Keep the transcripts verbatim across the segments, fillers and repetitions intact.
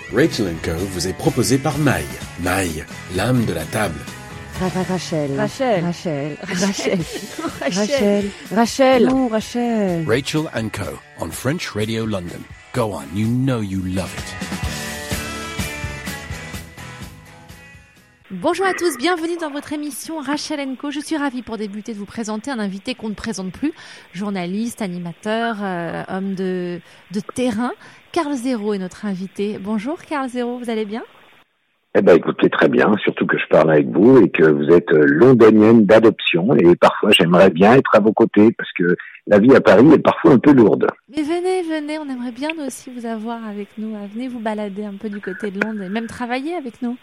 Rachel and Co vous est proposé par Maï. Maï, l'âme de la table. Rachel. Rachel. Rachel. Rachel. Rachel. Rachel. Non, Rachel. Rachel and Co on French Radio London. Go on, you know you love it. Bonjour à tous, bienvenue dans votre émission Rachel and Co. Je suis ravie pour débuter de vous présenter un invité qu'on ne présente plus, journaliste, animateur, euh, homme de, de terrain. Carl Zéro est notre invité. Bonjour Carl Zéro, vous allez bien ? Eh ben, écoutez, très bien, surtout que je parle avec vous et que vous êtes londonienne d'adoption et parfois j'aimerais bien être à vos côtés parce que la vie à Paris est parfois un peu lourde. Mais venez, venez, on aimerait bien nous aussi vous avoir avec nous. Venez vous balader un peu du côté de Londres et même travailler avec nous.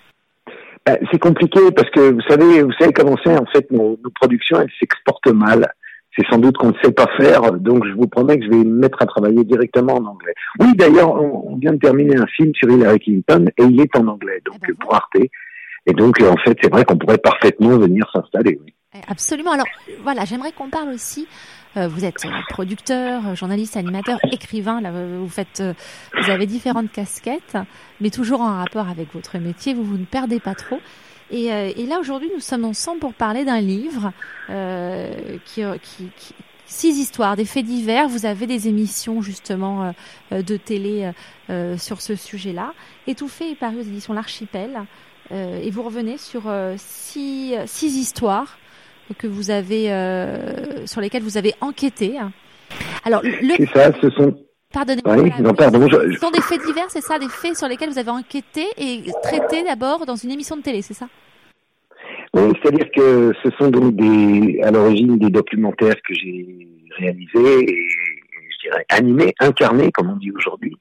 Ben, c'est compliqué parce que vous savez, vous savez comment c'est, en fait, nos, nos productions, elles s'exportent mal. C'est sans doute qu'on ne sait pas faire, donc je vous promets que je vais me mettre à travailler directement en anglais. Oui, d'ailleurs, on, on vient de terminer un film sur Hillary Clinton et il est en anglais, donc eh ben pour Arte. Et donc, en fait, c'est vrai qu'on pourrait parfaitement venir s'installer. Oui. Absolument. Alors, voilà, j'aimerais qu'on parle aussi. Euh, vous êtes producteur, journaliste, animateur, écrivain. Là, vous faites, euh, vous avez différentes casquettes, mais toujours en rapport avec votre métier. Vous, vous ne perdez pas trop. Et, euh, et là, aujourd'hui, nous sommes ensemble pour parler d'un livre euh, qui, qui, qui, six histoires, des faits divers. Vous avez des émissions justement euh, de télé euh, sur ce sujet-là. Étouffé est paru aux éditions L'Archipel. Euh, et vous revenez sur euh, six, six histoires que vous avez, euh, sur lesquelles vous avez enquêté. Alors, le... C'est ça, ce sont... Pardonnez-moi. Oui, non, pardon, je... Ce sont des faits divers, c'est ça, des faits sur lesquels vous avez enquêté et traité d'abord dans une émission de télé, c'est ça ? Oui, c'est-à-dire que ce sont donc des, à l'origine des documentaires que j'ai réalisés et, je dirais, animés, incarnés, comme on dit aujourd'hui,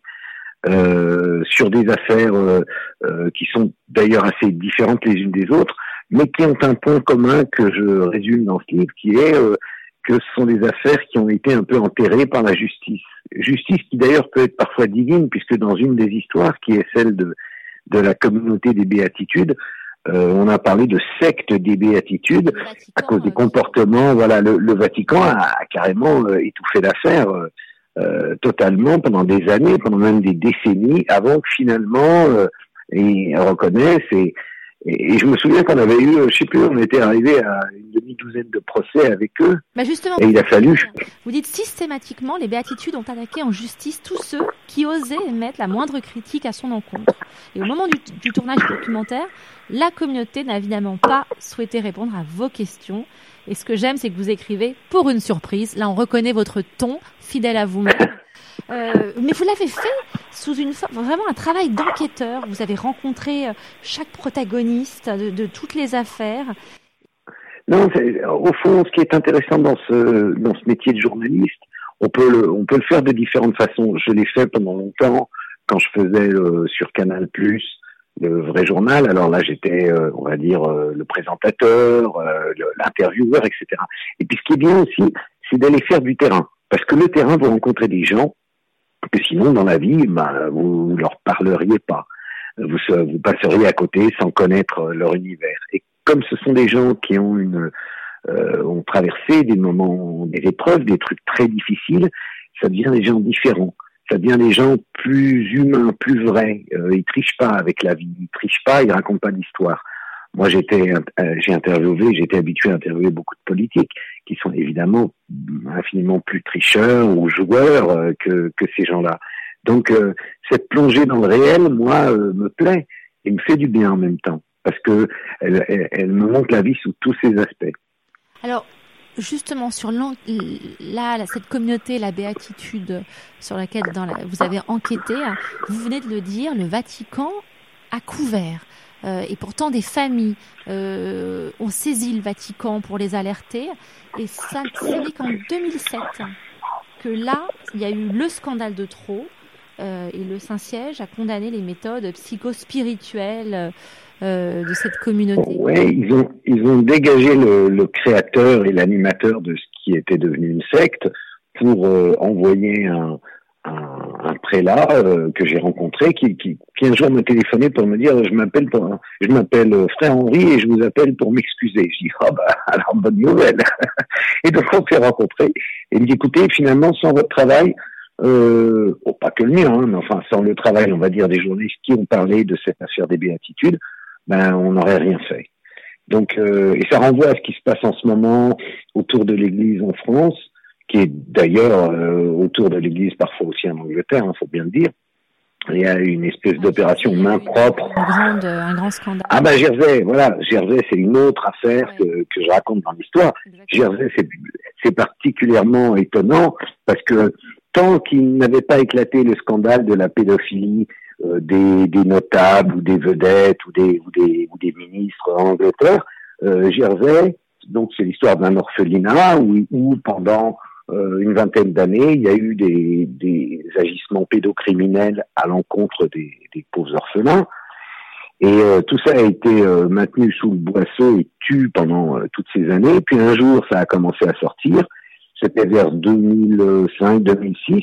euh, sur des affaires euh, euh, qui sont d'ailleurs assez différentes les unes des autres, mais qui ont un point commun que je résume dans ce livre, qui est euh, que ce sont des affaires qui ont été un peu enterrées par la justice. Justice qui d'ailleurs peut être parfois divine, puisque dans une des histoires, qui est celle de, de la communauté des béatitudes, euh, on a parlé de secte des béatitudes à cause des comportements. Voilà, le, le Vatican a, a carrément euh, étouffé l'affaire euh, euh, totalement pendant des années, pendant même des décennies, avant que finalement euh, ils reconnaissent. Et, et, et je me souviens qu'on avait eu, je sais plus, on était arrivé à une demi-douzaine de procès avec eux. Bah justement, et il a fallu. Vous dites systématiquement, les béatitudes ont attaqué en justice tous ceux qui osaient émettre la moindre critique à son encontre. Et au moment du, du tournage du documentaire, la communauté n'a évidemment pas souhaité répondre à vos questions. Et ce que j'aime, c'est que vous écrivez pour une surprise. Là, on reconnaît votre ton, fidèle à vous-même. Euh, mais vous l'avez fait sous une forme, vraiment un travail d'enquêteur. Vous avez rencontré chaque protagoniste de, de toutes les affaires. Non, c'est, au fond, ce qui est intéressant dans ce dans ce métier de journaliste, on peut le on peut le faire de différentes façons. Je l'ai fait pendant longtemps quand je faisais le, sur Canal plus, le vrai journal. Alors là, j'étais, euh, on va dire, euh, le présentateur, euh, le, l'intervieweur, et cetera. Et puis, ce qui est bien aussi, c'est d'aller faire du terrain, parce que le terrain, vous rencontrez des gens que sinon, dans la vie, bah, vous, vous leur parleriez pas. Vous, vous passeriez à côté sans connaître leur univers. Et comme ce sont des gens qui ont une, euh, ont traversé des moments, des épreuves, des trucs très difficiles, ça devient des gens différents. Ça devient des gens plus humains, plus vrais. Euh, ils trichent pas avec la vie, ils trichent pas, ils racontent pas d'histoire. Moi, j'étais, euh, j'ai interviewé, j'étais habitué à interviewer beaucoup de politiques qui sont évidemment infiniment plus tricheurs ou joueurs euh, que, que ces gens-là. Donc, euh, cette plongée dans le réel, moi, euh, me plaît et me fait du bien en même temps, parce que elle, elle, elle me montre la vie sous tous ses aspects. Alors, justement, sur là, cette communauté, la béatitude sur laquelle dans la, vous avez enquêté, vous venez de le dire, le Vatican a couvert. Euh, et pourtant, des familles euh, ont saisi le Vatican pour les alerter. Et ça, ce n'est qu'en deux mille sept que là, il y a eu le scandale de trop. Euh, et le Saint-Siège a condamné les méthodes psychospirituelles euh, de cette communauté. Oui, ils ont, ils ont dégagé le, le créateur et l'animateur de ce qui était devenu une secte pour euh, envoyer un, un, un prélat euh, que j'ai rencontré qui, qui, qui un jour m'a téléphoné pour me dire je m'appelle pour, je m'appelle frère Henri et je vous appelle pour m'excuser. Je dis ah oh bah alors bonne nouvelle. Et donc on s'est rencontrés et il me dit écoutez finalement sans votre travail euh, bon, pas que le mien, hein, mais enfin sans le travail, on va dire, des journalistes qui ont parlé de cette affaire des béatitudes, ben on n'aurait rien fait. Donc, euh, et ça renvoie à ce qui se passe en ce moment autour de l'Église en France, qui est d'ailleurs euh, autour de l'Église parfois aussi en Angleterre, il hein, faut bien le dire. Il y a une espèce ah, d'opération main propre. Une grande, un grand scandale. Ah ben Jersey, voilà, Jersey c'est une autre affaire ouais. que, que je raconte dans l'histoire. Exactement. Jersey c'est, c'est particulièrement étonnant parce que tant qu'il n'avait pas éclaté le scandale de la pédophilie euh, des, des notables ou des vedettes ou des, ou des, ou des ministres en Angleterre, euh, Jersey, donc c'est l'histoire d'un orphelinat où, où pendant Euh, une vingtaine d'années, il y a eu des, des agissements pédocriminels à l'encontre des, des pauvres orphelins. Et euh, tout ça a été euh, maintenu sous le boisseau et tu pendant euh, toutes ces années. Puis un jour, ça a commencé à sortir. C'était vers deux mille cinq deux mille six.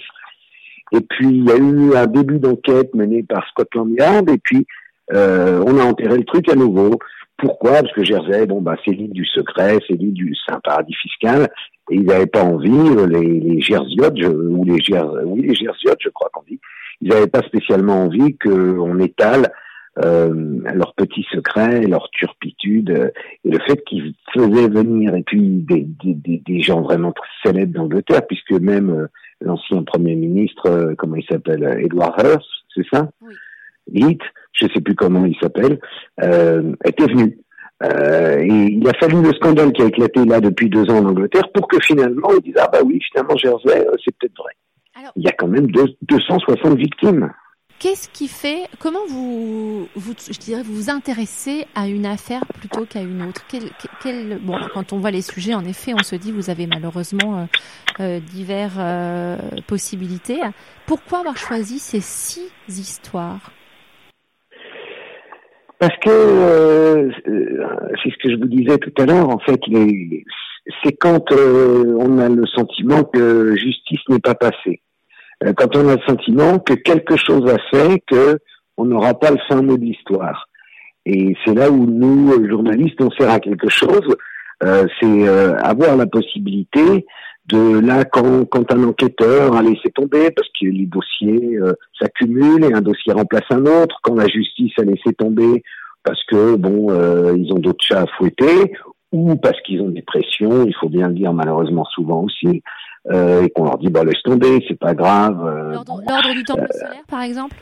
Et puis, il y a eu un début d'enquête mené par Scotland Yard. Et puis, euh, on a enterré le truc à nouveau. Pourquoi ? Parce que Jersey, bon, bah, c'est l'île du secret, c'est l'île du, c'est un paradis fiscal. Et ils n'avaient pas envie, les, les Jerseyiotes, ou les Gers, oui, les Jerseyiotes, je crois qu'on dit, ils n'avaient pas spécialement envie qu'on étale euh, leurs petits secrets, leur turpitude, euh, et le fait qu'ils faisaient venir, et puis des, des, des gens vraiment très célèbres d'Angleterre, puisque même euh, l'ancien Premier ministre, euh, comment il s'appelle, Edward Heath, c'est ça ? Oui. Heath, je ne sais plus comment il s'appelle, euh, était venu. Euh, et il a fallu le scandale qui a éclaté là depuis deux ans en Angleterre pour que finalement ils disent ah bah oui finalement Jersey c'est peut-être vrai. Alors, il y a quand même deux, deux cent soixante victimes. Qu'est-ce qui fait comment vous vous je dirais vous vous intéressez à une affaire plutôt qu'à une autre? Quel, quel, bon quand on voit les sujets en effet on se dit vous avez malheureusement euh, euh, diverses euh, possibilités. Pourquoi avoir choisi ces six histoires? Parce que euh, c'est ce que je vous disais tout à l'heure. En fait, les, c'est quand euh, on a le sentiment que justice n'est pas passée, euh, quand on a le sentiment que quelque chose a fait que on n'aura pas le fin mot de l'histoire. Et c'est là où nous, journalistes, on sert à quelque chose. Euh, c'est euh, avoir la possibilité de là quand, quand un enquêteur a laissé tomber parce que les dossiers euh, s'accumulent et un dossier remplace un autre, quand la justice a laissé tomber parce que bon euh, ils ont d'autres chats à fouetter ou parce qu'ils ont des pressions, il faut bien le dire malheureusement souvent aussi, euh, et qu'on leur dit bah laisse tomber, c'est pas grave. Euh, l'ordre, l'ordre du temple euh, solaire par exemple.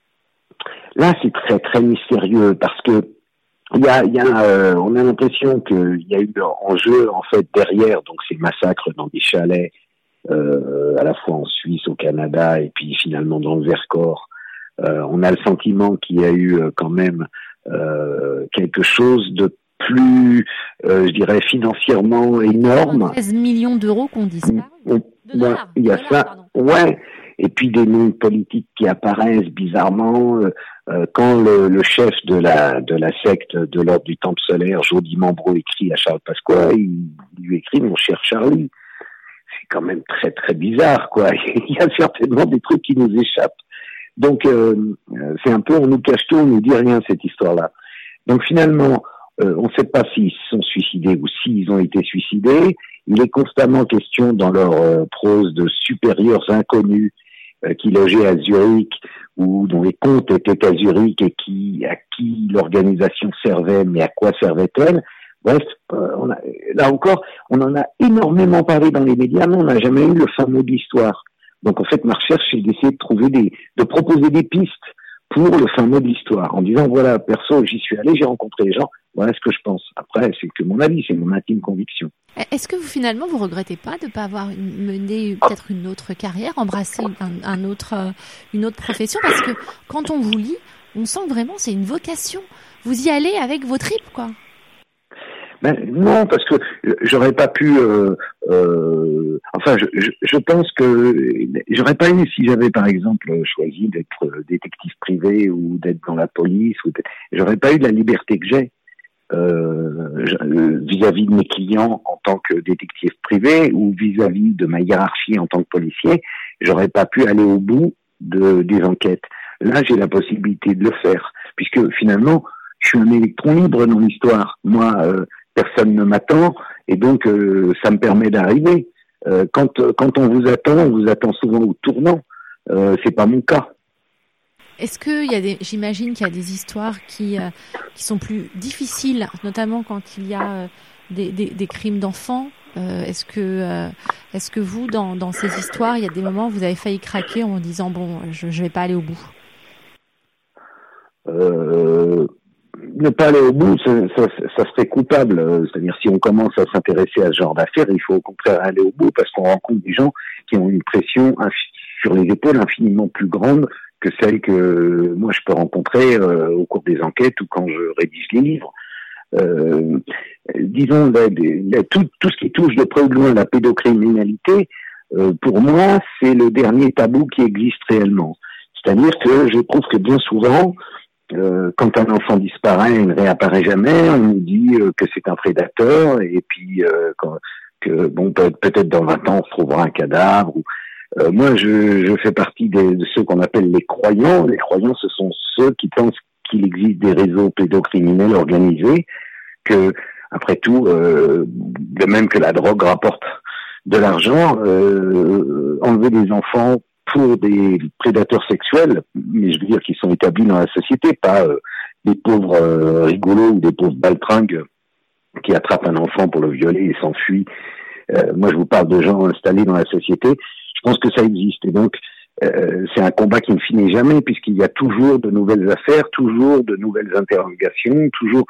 Là c'est très très mystérieux parce que Il y a, il y a, euh, on a l'impression qu'il y a eu en jeu en fait derrière donc ces massacres dans des chalets euh, à la fois en Suisse, au Canada et puis finalement dans le Vercors. Euh, on a le sentiment qu'il y a eu euh, quand même euh, quelque chose de plus, euh, je dirais financièrement énorme. treize millions d'euros qu'on disparut. On, de ouais, il y a ça, pardon. Ouais. Et puis des noms politiques qui apparaissent bizarrement. Euh, euh, quand le, le chef de la de la secte de l'ordre du Temple solaire, Jody Mambro, écrit à Charles Pasqua, il, il lui écrit « Mon cher Charlie ». C'est quand même très très bizarre, quoi. Il y a certainement des trucs qui nous échappent. Donc euh, c'est un peu on nous cache tout, on nous dit rien cette histoire-là. Donc finalement, euh, on ne sait pas s'ils se sont suicidés ou s'ils ont été suicidés. Il est constamment question dans leur euh, prose de supérieurs inconnus euh, qui logeaient à Zurich ou dont les comptes étaient à Zurich et qui à qui l'organisation servait, mais à quoi servait-elle? Bref, euh, on a, là encore, on en a énormément parlé dans les médias, mais on n'a jamais eu le fin mot de l'histoire. Donc en fait, ma recherche, c'est d'essayer de trouver des, de proposer des pistes pour le fin mot de l'histoire, en disant voilà, perso, j'y suis allé, j'ai rencontré les gens, voilà ce que je pense. Après, c'est que mon avis, c'est mon intime conviction. Est-ce que vous finalement vous regrettez pas de ne pas avoir mené peut-être une autre carrière, embrasser un, un autre, une autre profession, parce que quand on vous lit, on sent que vraiment c'est une vocation. Vous y allez avec vos tripes, quoi. Ben, non, parce que j'aurais pas pu. Euh, euh, enfin, je, je, je pense que j'aurais pas eu si j'avais par exemple choisi d'être détective privé ou d'être dans la police. Ou j'aurais pas eu de la liberté que j'ai euh, vis-à-vis de mes clients en tant que détective privé ou vis-à-vis de ma hiérarchie en tant que policier. J'aurais pas pu aller au bout de des enquêtes. Là, j'ai la possibilité de le faire, puisque finalement, je suis un électron libre dans l'histoire. Moi. Euh, Personne ne m'attend et donc euh, ça me permet d'arriver. Euh, quand quand on vous attend, on vous attend souvent au tournant. Euh, c'est pas mon cas. Est-ce que il y a des, j'imagine qu'il y a des histoires qui euh, qui sont plus difficiles, notamment quand il y a euh, des, des, des crimes d'enfants. Euh, est-ce que euh, est-ce que vous, dans dans ces histoires, il y a des moments où vous avez failli craquer en disant bon, je je vais pas aller au bout. Euh, ne pas aller au bout, ça, ça, ça serait coupable. C'est-à-dire, si on commence à s'intéresser à ce genre d'affaires, il faut au contraire aller au bout, parce qu'on rencontre des gens qui ont une pression infi- sur les épaules infiniment plus grande que celle que moi je peux rencontrer euh, au cours des enquêtes ou quand je rédige les livres. Euh, disons, la, la, tout, tout ce qui touche de près ou de loin la pédocriminalité, euh, pour moi, c'est le dernier tabou qui existe réellement. C'est-à-dire que je trouve que bien souvent, euh, quand un enfant disparaît et ne réapparaît jamais, on nous dit euh, que c'est un prédateur, et puis euh, quand, que bon, peut- peut-être dans vingt ans on retrouvera un cadavre. Ou, euh, moi, je, je fais partie des, de ceux qu'on appelle les croyants. Les croyants, ce sont ceux qui pensent qu'il existe des réseaux pédocriminels organisés, que, après tout, euh, de même que la drogue rapporte de l'argent, euh, enlever des enfants pour des prédateurs sexuels, mais je veux dire qu'ils sont établis dans la société, pas euh, des pauvres euh, rigolos ou des pauvres baltringues qui attrapent un enfant pour le violer et s'enfuient. Euh, moi, je vous parle de gens installés dans la société. Je pense que ça existe. Et donc, euh, c'est un combat qui ne finit jamais, puisqu'il y a toujours de nouvelles affaires, toujours de nouvelles interrogations, toujours...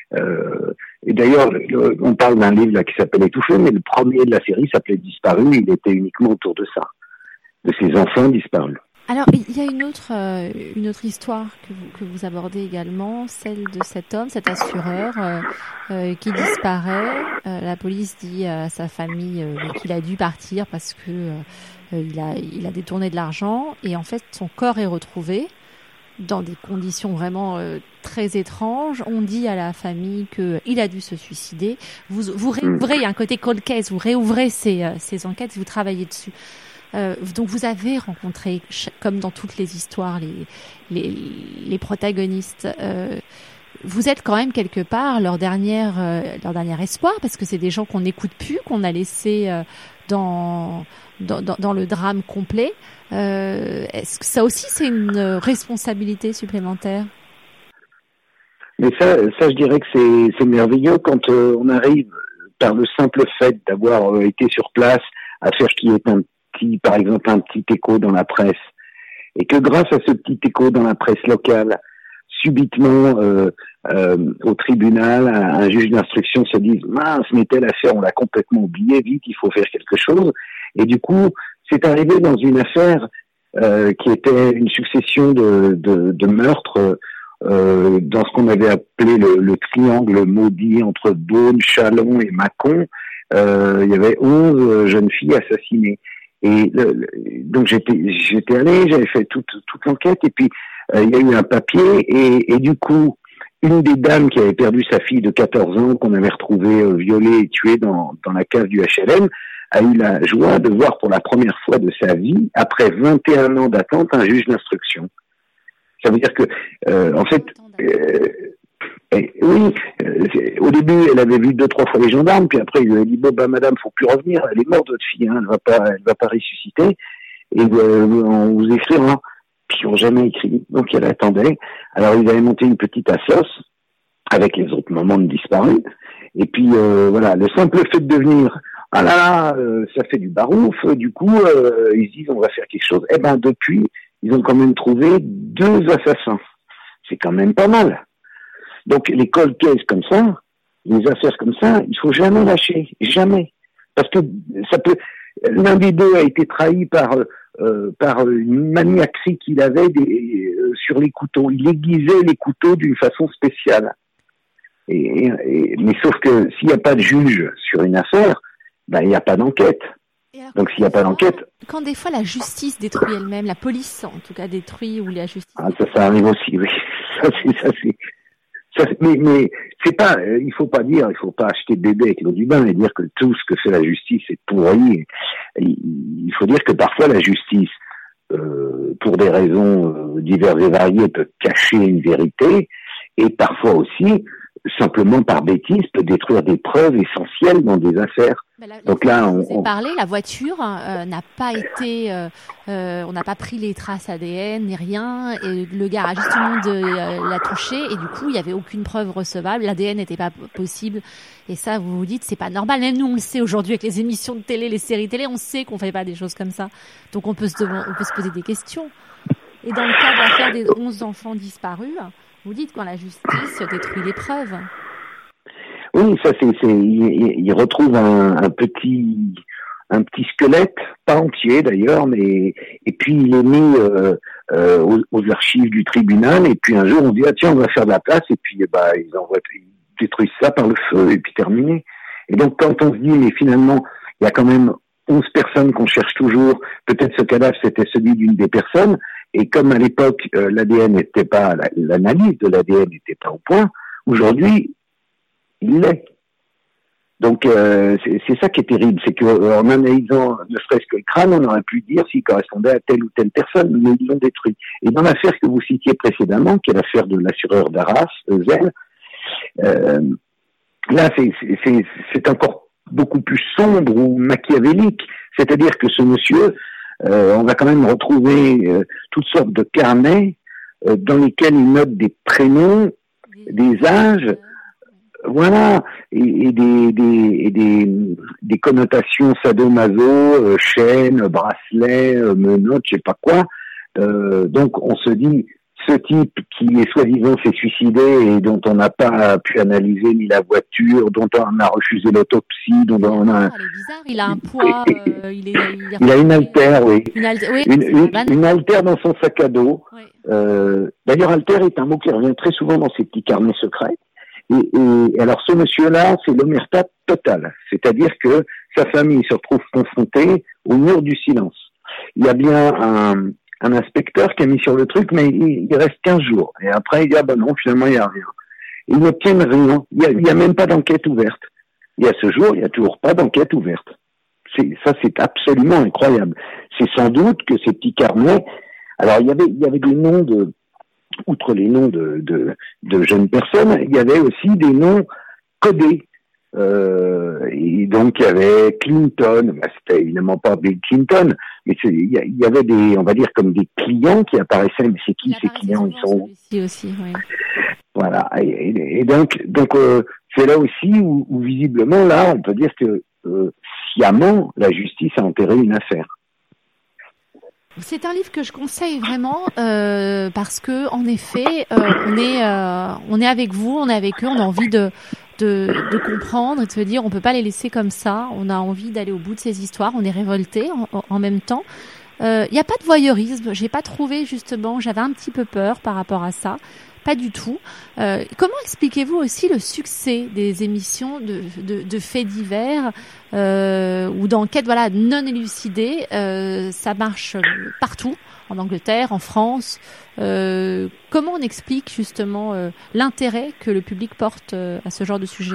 Euh, et d'ailleurs, le, on parle d'un livre là qui s'appelle Étouffé, mais le premier de la série s'appelait Disparu. Il était uniquement autour de ça, de ces enfants disparus. Alors, il y a une autre, euh, une autre histoire que vous, que vous abordez également, celle de cet homme, cet assureur euh, euh, qui disparaît. Euh, la police dit à sa famille euh, qu'il a dû partir parce que euh, il a, il a détourné de l'argent, et en fait, son corps est retrouvé dans des conditions vraiment euh, très étranges. On dit à la famille que il a dû se suicider. Vous, vous réouvrez, il y a un côté cold case, vous réouvrez ces, euh, ces enquêtes, vous travaillez dessus. Euh, donc vous avez rencontré, comme dans toutes les histoires, les, les, les protagonistes. Euh, vous êtes quand même quelque part leur dernière, euh, leur dernier espoir, parce que c'est des gens qu'on n'écoute plus, qu'on a laissés euh, dans, dans, dans, dans le drame complet. Euh, est-ce que ça aussi c'est une responsabilité supplémentaire? Mais ça, ça je dirais que c'est, c'est merveilleux quand euh, on arrive, par le simple fait d'avoir euh, été sur place, à faire ce qui est un petit, par exemple, un petit écho dans la presse, et que grâce à ce petit écho dans la presse locale, subitement euh, euh, au tribunal, un, un juge d'instruction se dise mince, mais telle affaire, on l'a complètement oublié, vite, il faut faire quelque chose. Et du coup, c'est arrivé dans une affaire euh, qui était une succession de, de, de meurtres euh, dans ce qu'on avait appelé le, le triangle maudit entre Beaune, Châlons et Mâcon. Euh, il y avait onze jeunes filles assassinées. Et le, le, donc j'étais j'étais allé, j'avais fait toute toute l'enquête, et puis euh, il y a eu un papier, et, et du coup une des dames qui avait perdu sa fille de quatorze ans, qu'on avait retrouvée euh, violée et tuée dans dans la cave du H L M, a eu la joie de voir pour la première fois de sa vie, après vingt et un ans d'attente, un juge d'instruction. Ça veut dire que euh, en fait euh, et, oui, euh, au début, elle avait vu deux, trois fois les gendarmes, puis après, il lui a dit, bon, bah, madame, faut plus revenir, elle est morte, votre fille, hein, elle va pas, elle va pas ressusciter, et euh, on vous écrira. Puis ils n'ont jamais écrit, donc elle attendait. Alors, ils avaient monté une petite assoce, avec les autres mamans de disparus, et puis, euh, voilà, le simple fait de devenir, ah là là, euh, ça fait du barouf, du coup, euh, ils se disent, on va faire quelque chose. Eh ben, depuis, ils ont quand même trouvé deux assassins. C'est quand même pas mal. Donc, les cold cases comme ça, les affaires comme ça, il faut jamais lâcher, jamais. Parce que ça peut, l'un des deux a été trahi par, euh, par une maniaquerie qu'il avait des, euh, sur les couteaux. Il aiguisait les couteaux d'une façon spéciale. Et, et, mais sauf que s'il n'y a pas de juge sur une affaire, ben, il n'y a pas d'enquête. Alors, donc s'il n'y a pas d'enquête... Quand des fois la justice détruit elle-même, la police en tout cas détruit, ou la justice... Ah, ça, ça arrive aussi, oui. Ça, c'est... Ça, c'est... Ça, mais, mais c'est pas, il faut pas dire, il faut pas acheter de bébé avec l'eau du bain et dire que tout ce que fait la justice est pourri. Il faut dire que parfois la justice, euh, pour des raisons euh, diverses et variées, peut cacher une vérité, et parfois aussi simplement par bêtise, peut détruire des preuves essentielles dans des affaires. Bah là, Donc là, on, vous avez parlé, la voiture euh, n'a pas été, euh, euh, on n'a pas pris les traces A D N ni rien, et le garagiste, tout le monde euh, l'a touché, et du coup, il n'y avait aucune preuve recevable, l'A D N n'était pas possible, et ça, vous vous dites, c'est pas normal. Même nous, on le sait aujourd'hui avec les émissions de télé, les séries télé, on sait qu'on fait pas des choses comme ça, donc on peut se demander, on peut se poser des questions. Et dans le cas de l'affaire des onze enfants disparus, vous dites quand la justice détruit les preuves. Oui, ça c'est, c'est il, il retrouve un, un petit un petit squelette, pas entier d'ailleurs, mais et puis il est mis euh, euh, aux, aux archives du tribunal, et puis un jour on dit ah tiens on va faire de la place, et puis bah ils envoient ils détruisent ça par le feu et puis terminé. Et donc quand on se dit mais finalement il y a quand même onze personnes qu'on cherche toujours, peut-être ce cadavre c'était celui d'une des personnes, et comme à l'époque euh, l'A D N n'était pas l'analyse de l'A D N n'était pas au point, aujourd'hui il l'est. Donc euh, c'est, c'est ça qui est terrible, c'est que euh, en analysant ne serait-ce que le crâne, on aurait pu dire s'il correspondait à telle ou telle personne, mais ils l'ont détruit. Et dans l'affaire que vous citiez précédemment, qui est l'affaire de l'assureur d'Arras, Ezel, euh, là c'est, c'est, c'est, c'est encore beaucoup plus sombre ou machiavélique, c'est-à-dire que ce monsieur, euh, on va quand même retrouver euh, toutes sortes de carnets euh, dans lesquels il note des prénoms, des âges, voilà, et, et, des, des, et des, des connotations sadomaso, euh, chaîne, bracelet, euh, menottes, je sais pas quoi. Euh, donc on se dit, ce type qui est soi-disant s'est suicidé et dont on n'a pas pu analyser ni la voiture, dont on a refusé l'autopsie, dont on a... Ah, il est bizarre, il a un poids, euh, il, est, il, est il a une altère, oui. Une, alter, oui, une, une, une altère dans son sac à dos. Oui. Euh, d'ailleurs, altère est un mot qui revient très souvent dans ces petits carnets secrets. Et, et alors ce monsieur-là, c'est l'omerta totale, c'est-à-dire que sa famille se retrouve confrontée au mur du silence. Il y a bien un, un inspecteur qui a mis sur le truc, mais il, il reste quinze jours. Et après, il dit ah ben non, finalement il n'y a rien. Ils n'obtiennent rien. Il n'y a, il y a même pas d'enquête ouverte. Et à ce jour, il n'y a toujours pas d'enquête ouverte. C'est, ça, c'est absolument incroyable. C'est sans doute que ces petits carnets. Alors il y avait, il y avait des noms de outre les noms de, de, de jeunes personnes, il y avait aussi des noms codés. Euh, et donc il y avait Clinton, bah, c'était évidemment pas Bill Clinton, mais c'est, il y avait des, on va dire comme des clients qui apparaissaient. Mais c'est qui ces clients? Ils sont aussi, oui. Voilà. Et, et, et donc, donc euh, c'est là aussi où, où visiblement là, on peut dire que euh, sciemment la justice a enterré une affaire. C'est un livre que je conseille vraiment euh, parce que en effet, euh, on est euh, on est avec vous, on est avec eux, on a envie de de, de comprendre et de se dire on peut pas les laisser comme ça. On a envie d'aller au bout de ces histoires. On est révolté en, en même temps. Il euh, n'y a pas de voyeurisme. J'ai pas trouvé justement. J'avais un petit peu peur par rapport à ça. Pas du tout. Euh, comment expliquez-vous aussi le succès des émissions de, de, de faits divers euh, ou d'enquêtes voilà, non élucidées? euh, Ça marche partout, en Angleterre, en France. Euh, comment on explique justement euh, l'intérêt que le public porte euh, à ce genre de sujet?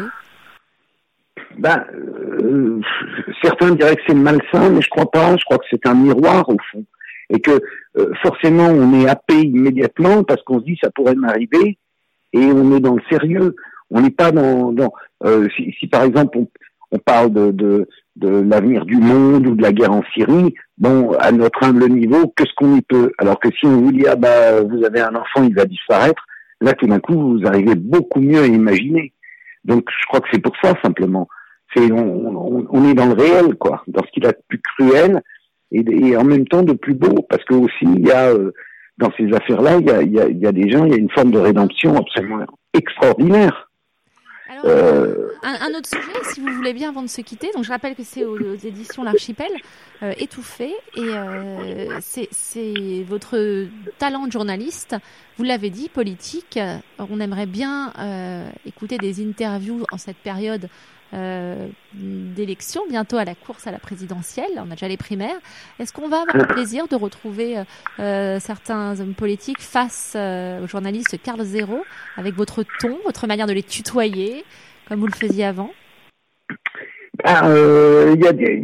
Ben, euh, certains diraient que c'est malsain, mais je crois pas. Je crois que c'est un miroir au fond. Et que euh, forcément on est happé immédiatement parce qu'on se dit ça pourrait m'arriver et on est dans le sérieux. On n'est pas dans, dans euh, si, si par exemple on, on parle de, de, de l'avenir du monde ou de la guerre en Syrie, bon à notre humble niveau, qu'est-ce qu'on y peut? Alors que si on vous dit ah bah vous avez un enfant, il va disparaître, là tout d'un coup vous arrivez beaucoup mieux à imaginer. Donc je crois que c'est pour ça simplement. C'est on, on, on est dans le réel quoi, dans ce qu'il a de plus cruel. Et, et en même temps de plus beau, parce que aussi il y a euh, dans ces affaires-là, il y a, il y, a, il y a des gens, il y a une forme de rédemption absolument extraordinaire. Alors, euh... un, un autre sujet, si vous voulez bien, avant de se quitter. Donc je rappelle que c'est aux, aux éditions L'Archipel, euh, Étouffé, et euh, c'est, c'est votre talent de journaliste. Vous l'avez dit, politique. On aimerait bien euh, écouter des interviews en cette période. Euh, d'élection, bientôt à la course à la présidentielle, on a déjà les primaires. Est-ce qu'on va avoir le plaisir de retrouver euh, certains hommes politiques face euh, au journaliste Carl Zéro, avec votre ton, votre manière de les tutoyer, comme vous le faisiez avant? Ben, euh, y a des,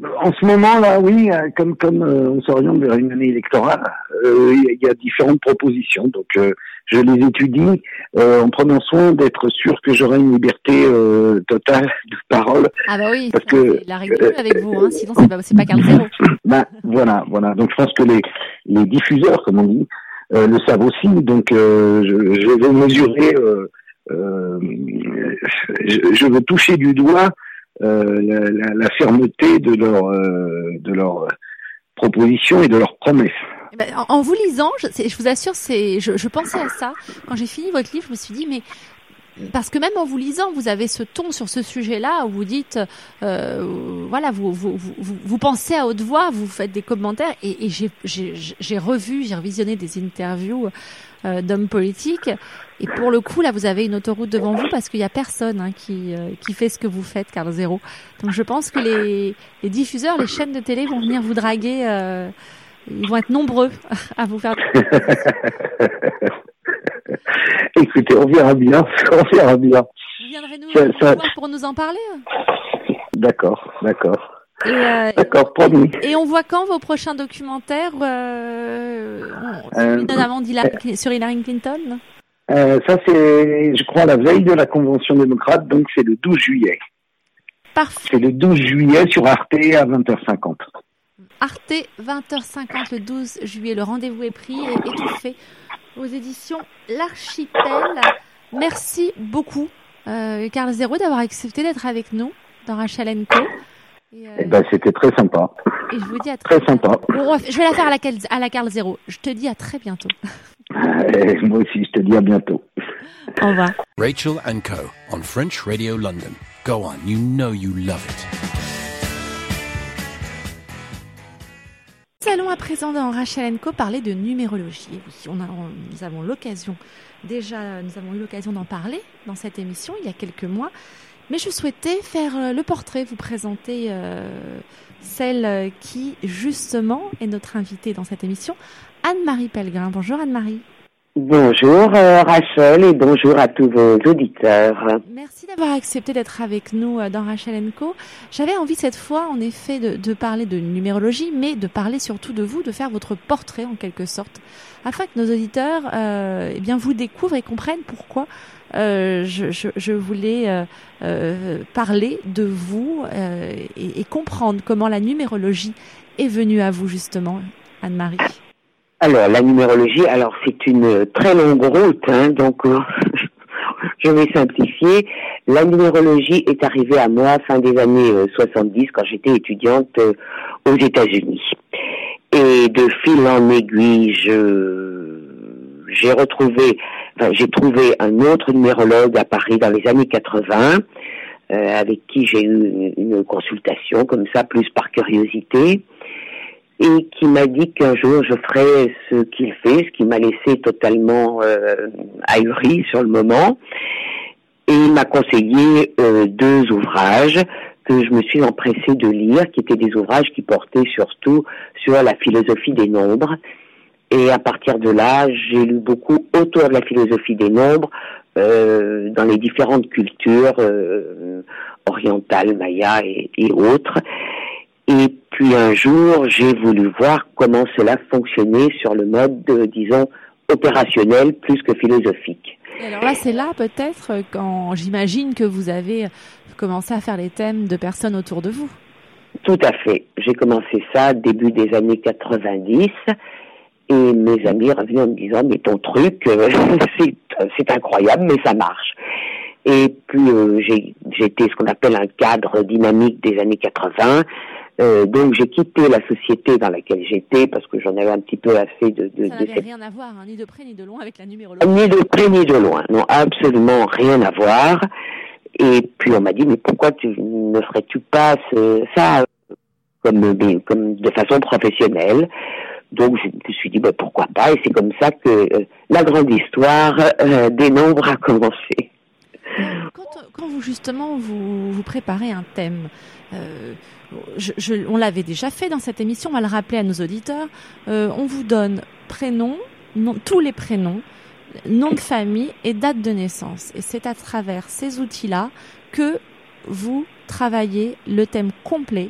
En ce moment-là, oui, comme comme euh, on s'oriente vers une année électorale, euh, il y a différentes propositions. Donc, euh, je les étudie euh, en prenant soin d'être sûr que j'aurai une liberté euh, totale de parole. Ah bah oui, parce que c'est la règle du jeu avec vous, hein, sinon c'est pas c'est pas Carl Zéro. Ben voilà, voilà. Donc, je pense que les les diffuseurs, comme on dit, euh, le savent aussi. Donc, euh, je, je vais mesurer, euh, euh, je, je veux toucher du doigt. Euh, la, la, la fermeté de leur euh, de leurs propositions et de leurs promesses. Ben, en, en vous lisant, je, je vous assure, c'est, je, je pensais à ça quand j'ai fini votre livre. Je me suis dit, mais parce que même en vous lisant, vous avez ce ton sur ce sujet-là où vous dites, euh, voilà, vous, vous vous vous pensez à haute voix, vous faites des commentaires, et, et j'ai, j'ai j'ai revu, j'ai revisionné des interviews euh, d'hommes politiques. Et pour le coup, là, vous avez une autoroute devant vous parce qu'il y a personne hein, qui euh, qui fait ce que vous faites, Carl Zéro. Donc, je pense que les les diffuseurs, les chaînes de télé vont venir vous draguer. Euh, ils vont être nombreux à vous faire. Écoutez, on verra bien. On verra bien. Vous viendrez nous, ça, nous ça... voir pour nous en parler. D'accord, d'accord. Et, euh, D'accord, promis. Et on voit quand vos prochains documentaires euh, euh, notamment sur Hillary Clinton. Euh, ça, c'est, je crois, la veille de la Convention démocrate, donc c'est le douze juillet. Parfait. C'est le douze juillet sur Arte à vingt heures cinquante. Arte, vingt heures cinquante, le douze juillet. Le rendez-vous est pris et étouffé aux éditions L'Archipel. Merci beaucoup, euh, Carl Zéro, d'avoir accepté d'être avec nous dans Rachel and Co. Et, euh, eh ben, c'était très sympa. Et je vous dis à très, très sympa. Bon, je vais la faire à la, à la Carl Zéro. Je te dis à très bientôt. Et moi aussi, je te dis à bientôt. Au revoir. Rachel and Co. on French Radio London. Go on, you know you love it. Nous allons à présent dans Rachel and Co parler de numérologie. Et oui, on a, on, nous avons l'occasion, déjà, nous avons eu l'occasion d'en parler dans cette émission il y a quelques mois. Mais je souhaitais faire le portrait, vous présenter euh, celle qui, justement, est notre invitée dans cette émission, Anne-Marie Pellegrin. Bonjour Anne-Marie. Bonjour euh, Rachel et bonjour à tous vos auditeurs. Merci d'avoir accepté d'être avec nous euh, dans Rachel and Co. J'avais envie cette fois, en effet, de, de parler de numérologie, mais de parler surtout de vous, de faire votre portrait en quelque sorte, afin que nos auditeurs euh, eh bien, vous découvrent et comprennent pourquoi euh, je, je, je voulais euh, euh, parler de vous euh, et, et comprendre comment la numérologie est venue à vous justement, Anne-Marie. Alors, la numérologie, alors c'est une très longue route, hein, donc euh, je vais simplifier. La numérologie est arrivée à moi fin des années euh, soixante-dix, quand j'étais étudiante euh, aux États-Unis. Et de fil en aiguille, je, j'ai retrouvé, enfin, j'ai trouvé un autre numérologue à Paris dans les années quatre-vingts, euh, avec qui j'ai eu une, une consultation comme ça, plus par curiosité, et qui m'a dit qu'un jour je ferais ce qu'il fait, ce qui m'a laissé totalement euh, ahuri sur le moment. Et il m'a conseillé euh, deux ouvrages que je me suis empressée de lire, qui étaient des ouvrages qui portaient surtout sur la philosophie des nombres. Et à partir de là, j'ai lu beaucoup autour de la philosophie des nombres, euh, dans les différentes cultures euh, orientales, mayas et, et autres. Et puis un jour, j'ai voulu voir comment cela fonctionnait sur le mode, de, disons, opérationnel plus que philosophique. Et alors là, c'est là peut-être quand j'imagine que vous avez commencé à faire les thèmes de personnes autour de vous. Tout à fait. J'ai commencé ça début des années quatre-vingt-dix et mes amis revenaient en me disant « mais ton truc, euh, c'est, c'est incroyable, mais ça marche ». Et puis euh, j'ai, j'ai été ce qu'on appelle un cadre dynamique des années quatre-vingts. Euh, donc j'ai quitté la société dans laquelle j'étais parce que j'en avais un petit peu assez de... de ça de n'avait cette... rien à voir, hein, ni de près ni de loin avec la numérologie. Ni de près ni de loin, non, absolument rien à voir. Et puis on m'a dit, mais pourquoi tu ne ferais-tu pas ce, ça comme, comme de façon professionnelle? Donc je me suis dit, bah, pourquoi pas? Et c'est comme ça que euh, la grande histoire euh, des nombres a commencé. Quand, quand vous justement vous, vous préparez un thème, euh, je, je, on l'avait déjà fait dans cette émission, on va le rappeler à nos auditeurs, euh, on vous donne prénom, nom, tous les prénoms, nom de famille et date de naissance. Et c'est à travers ces outils-là que vous travaillez le thème complet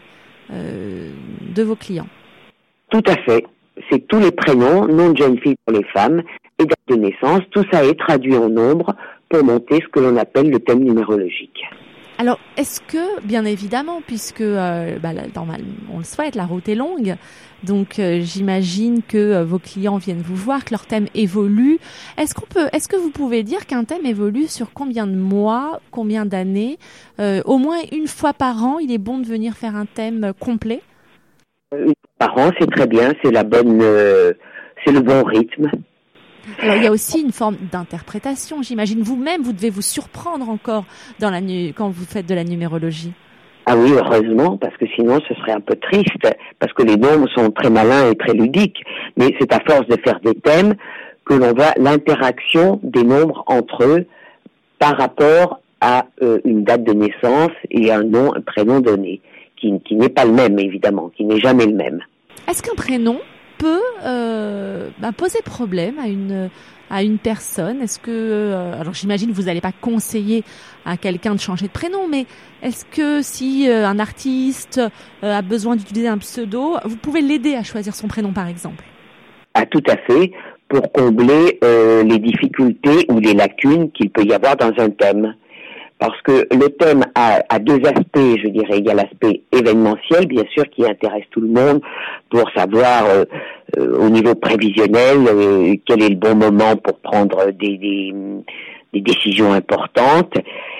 euh, de vos clients. Tout à fait. C'est tous les prénoms, nom de jeune fille pour les femmes et date de naissance. Tout ça est traduit en nombre pour monter ce que l'on appelle le thème numérologique. Alors, est-ce que, bien évidemment, puisque euh, bah, normalement, on le souhaite, la route est longue, donc euh, j'imagine que euh, vos clients viennent vous voir, que leur thème évolue. Est-ce qu'on peut, est-ce que vous pouvez dire qu'un thème évolue sur combien de mois, combien d'années, euh, au moins une fois par an, il est bon de venir faire un thème complet? Une fois par an, c'est très bien, c'est la bonne, euh, c'est le bon rythme. Alors, il y a aussi une forme d'interprétation, j'imagine. Vous-même, vous devez vous surprendre encore dans la nu- quand vous faites de la numérologie. Ah oui, heureusement, parce que sinon ce serait un peu triste, parce que les nombres sont très malins et très ludiques. Mais c'est à force de faire des thèmes que l'on voit l'interaction des nombres entre eux par rapport à euh, une date de naissance et un nom, un prénom donné, qui, qui n'est pas le même, évidemment, qui n'est jamais le même. Est-ce qu'un prénom peut euh, bah, poser problème à une à une personne? Est-ce que euh, alors j'imagine que vous n'allez pas conseiller à quelqu'un de changer de prénom, mais est-ce que si euh, un artiste euh, a besoin d'utiliser un pseudo, vous pouvez l'aider à choisir son prénom par exemple? Ah, tout à fait, pour combler euh, les difficultés ou les lacunes qu'il peut y avoir dans un thème. Parce que le thème a, a deux aspects, je dirais. Il y a l'aspect événementiel, bien sûr, qui intéresse tout le monde pour savoir euh, euh, au niveau prévisionnel euh, quel est le bon moment pour prendre des, des, des décisions importantes.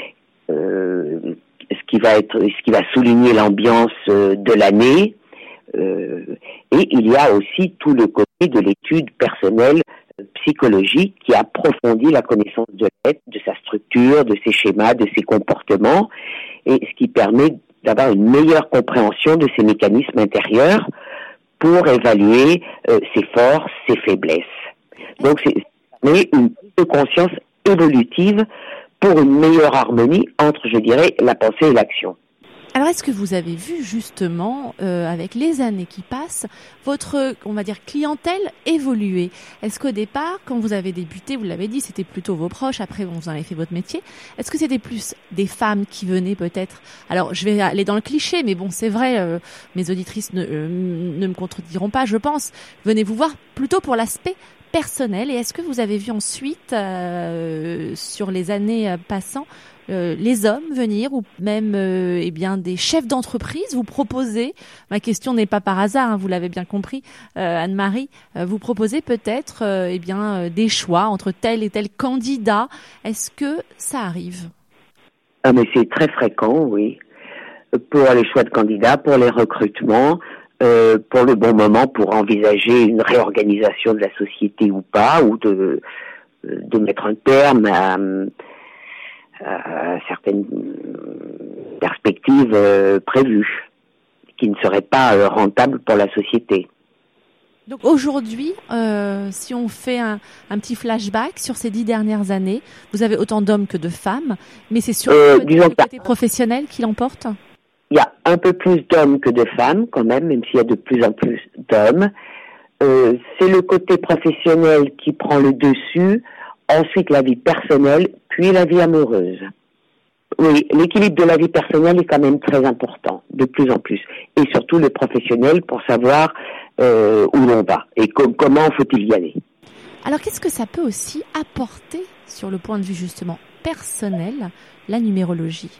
Euh, ce qui va être, ce qui va souligner l'ambiance euh, de l'année. Euh, et il y a aussi tout le côté de l'étude personnelle psychologique qui approfondit la connaissance de l'être, de sa structure, de ses schémas, de ses comportements, et ce qui permet d'avoir une meilleure compréhension de ses mécanismes intérieurs pour évaluer euh, ses forces, ses faiblesses. Donc c'est mais une prise de conscience évolutive pour une meilleure harmonie entre, je dirais, la pensée et l'action. Alors, est-ce que vous avez vu justement, euh, avec les années qui passent, votre, on va dire, clientèle évoluer? Est-ce qu'au départ, quand vous avez débuté, vous l'avez dit, c'était plutôt vos proches, après vous en avez fait votre métier, est-ce que c'était plus des femmes qui venaient peut-être? Alors, je vais aller dans le cliché, mais bon, c'est vrai, euh, mes auditrices ne, euh, ne me contrediront pas, je pense. Venez vous voir plutôt pour l'aspect personnel. Et est-ce que vous avez vu ensuite, euh, sur les années euh, passant, Euh, les hommes venir ou même euh, eh bien des chefs d'entreprise vous proposer, ma question n'est pas par hasard, hein, vous l'avez bien compris, euh, Anne-Marie, euh, vous proposez peut-être euh, eh bien euh, des choix entre tel et tel candidat. Est-ce que ça arrive? Ah, mais c'est très fréquent, oui, pour les choix de candidats, pour les recrutements, euh, pour le bon moment pour envisager une réorganisation de la société ou pas, ou de de mettre un terme à à certaines perspectives euh, prévues, qui ne seraient pas euh, rentables pour la société. Donc aujourd'hui, euh, si on fait un, un petit flashback sur ces dix dernières années, vous avez autant d'hommes que de femmes, mais c'est surtout euh, le côté, côté professionnel qui l'emporte? Il y a un peu plus d'hommes que de femmes, quand même, même s'il y a de plus en plus d'hommes. Euh, c'est le côté professionnel qui prend le dessus, ensuite la vie personnelle, puis la vie amoureuse. Oui, l'équilibre de la vie personnelle est quand même très important, de plus en plus. Et surtout le professionnel pour savoir euh, où l'on va et co- comment faut-il y aller. Alors qu'est-ce que ça peut aussi apporter sur le point de vue justement personnel, la numérologie?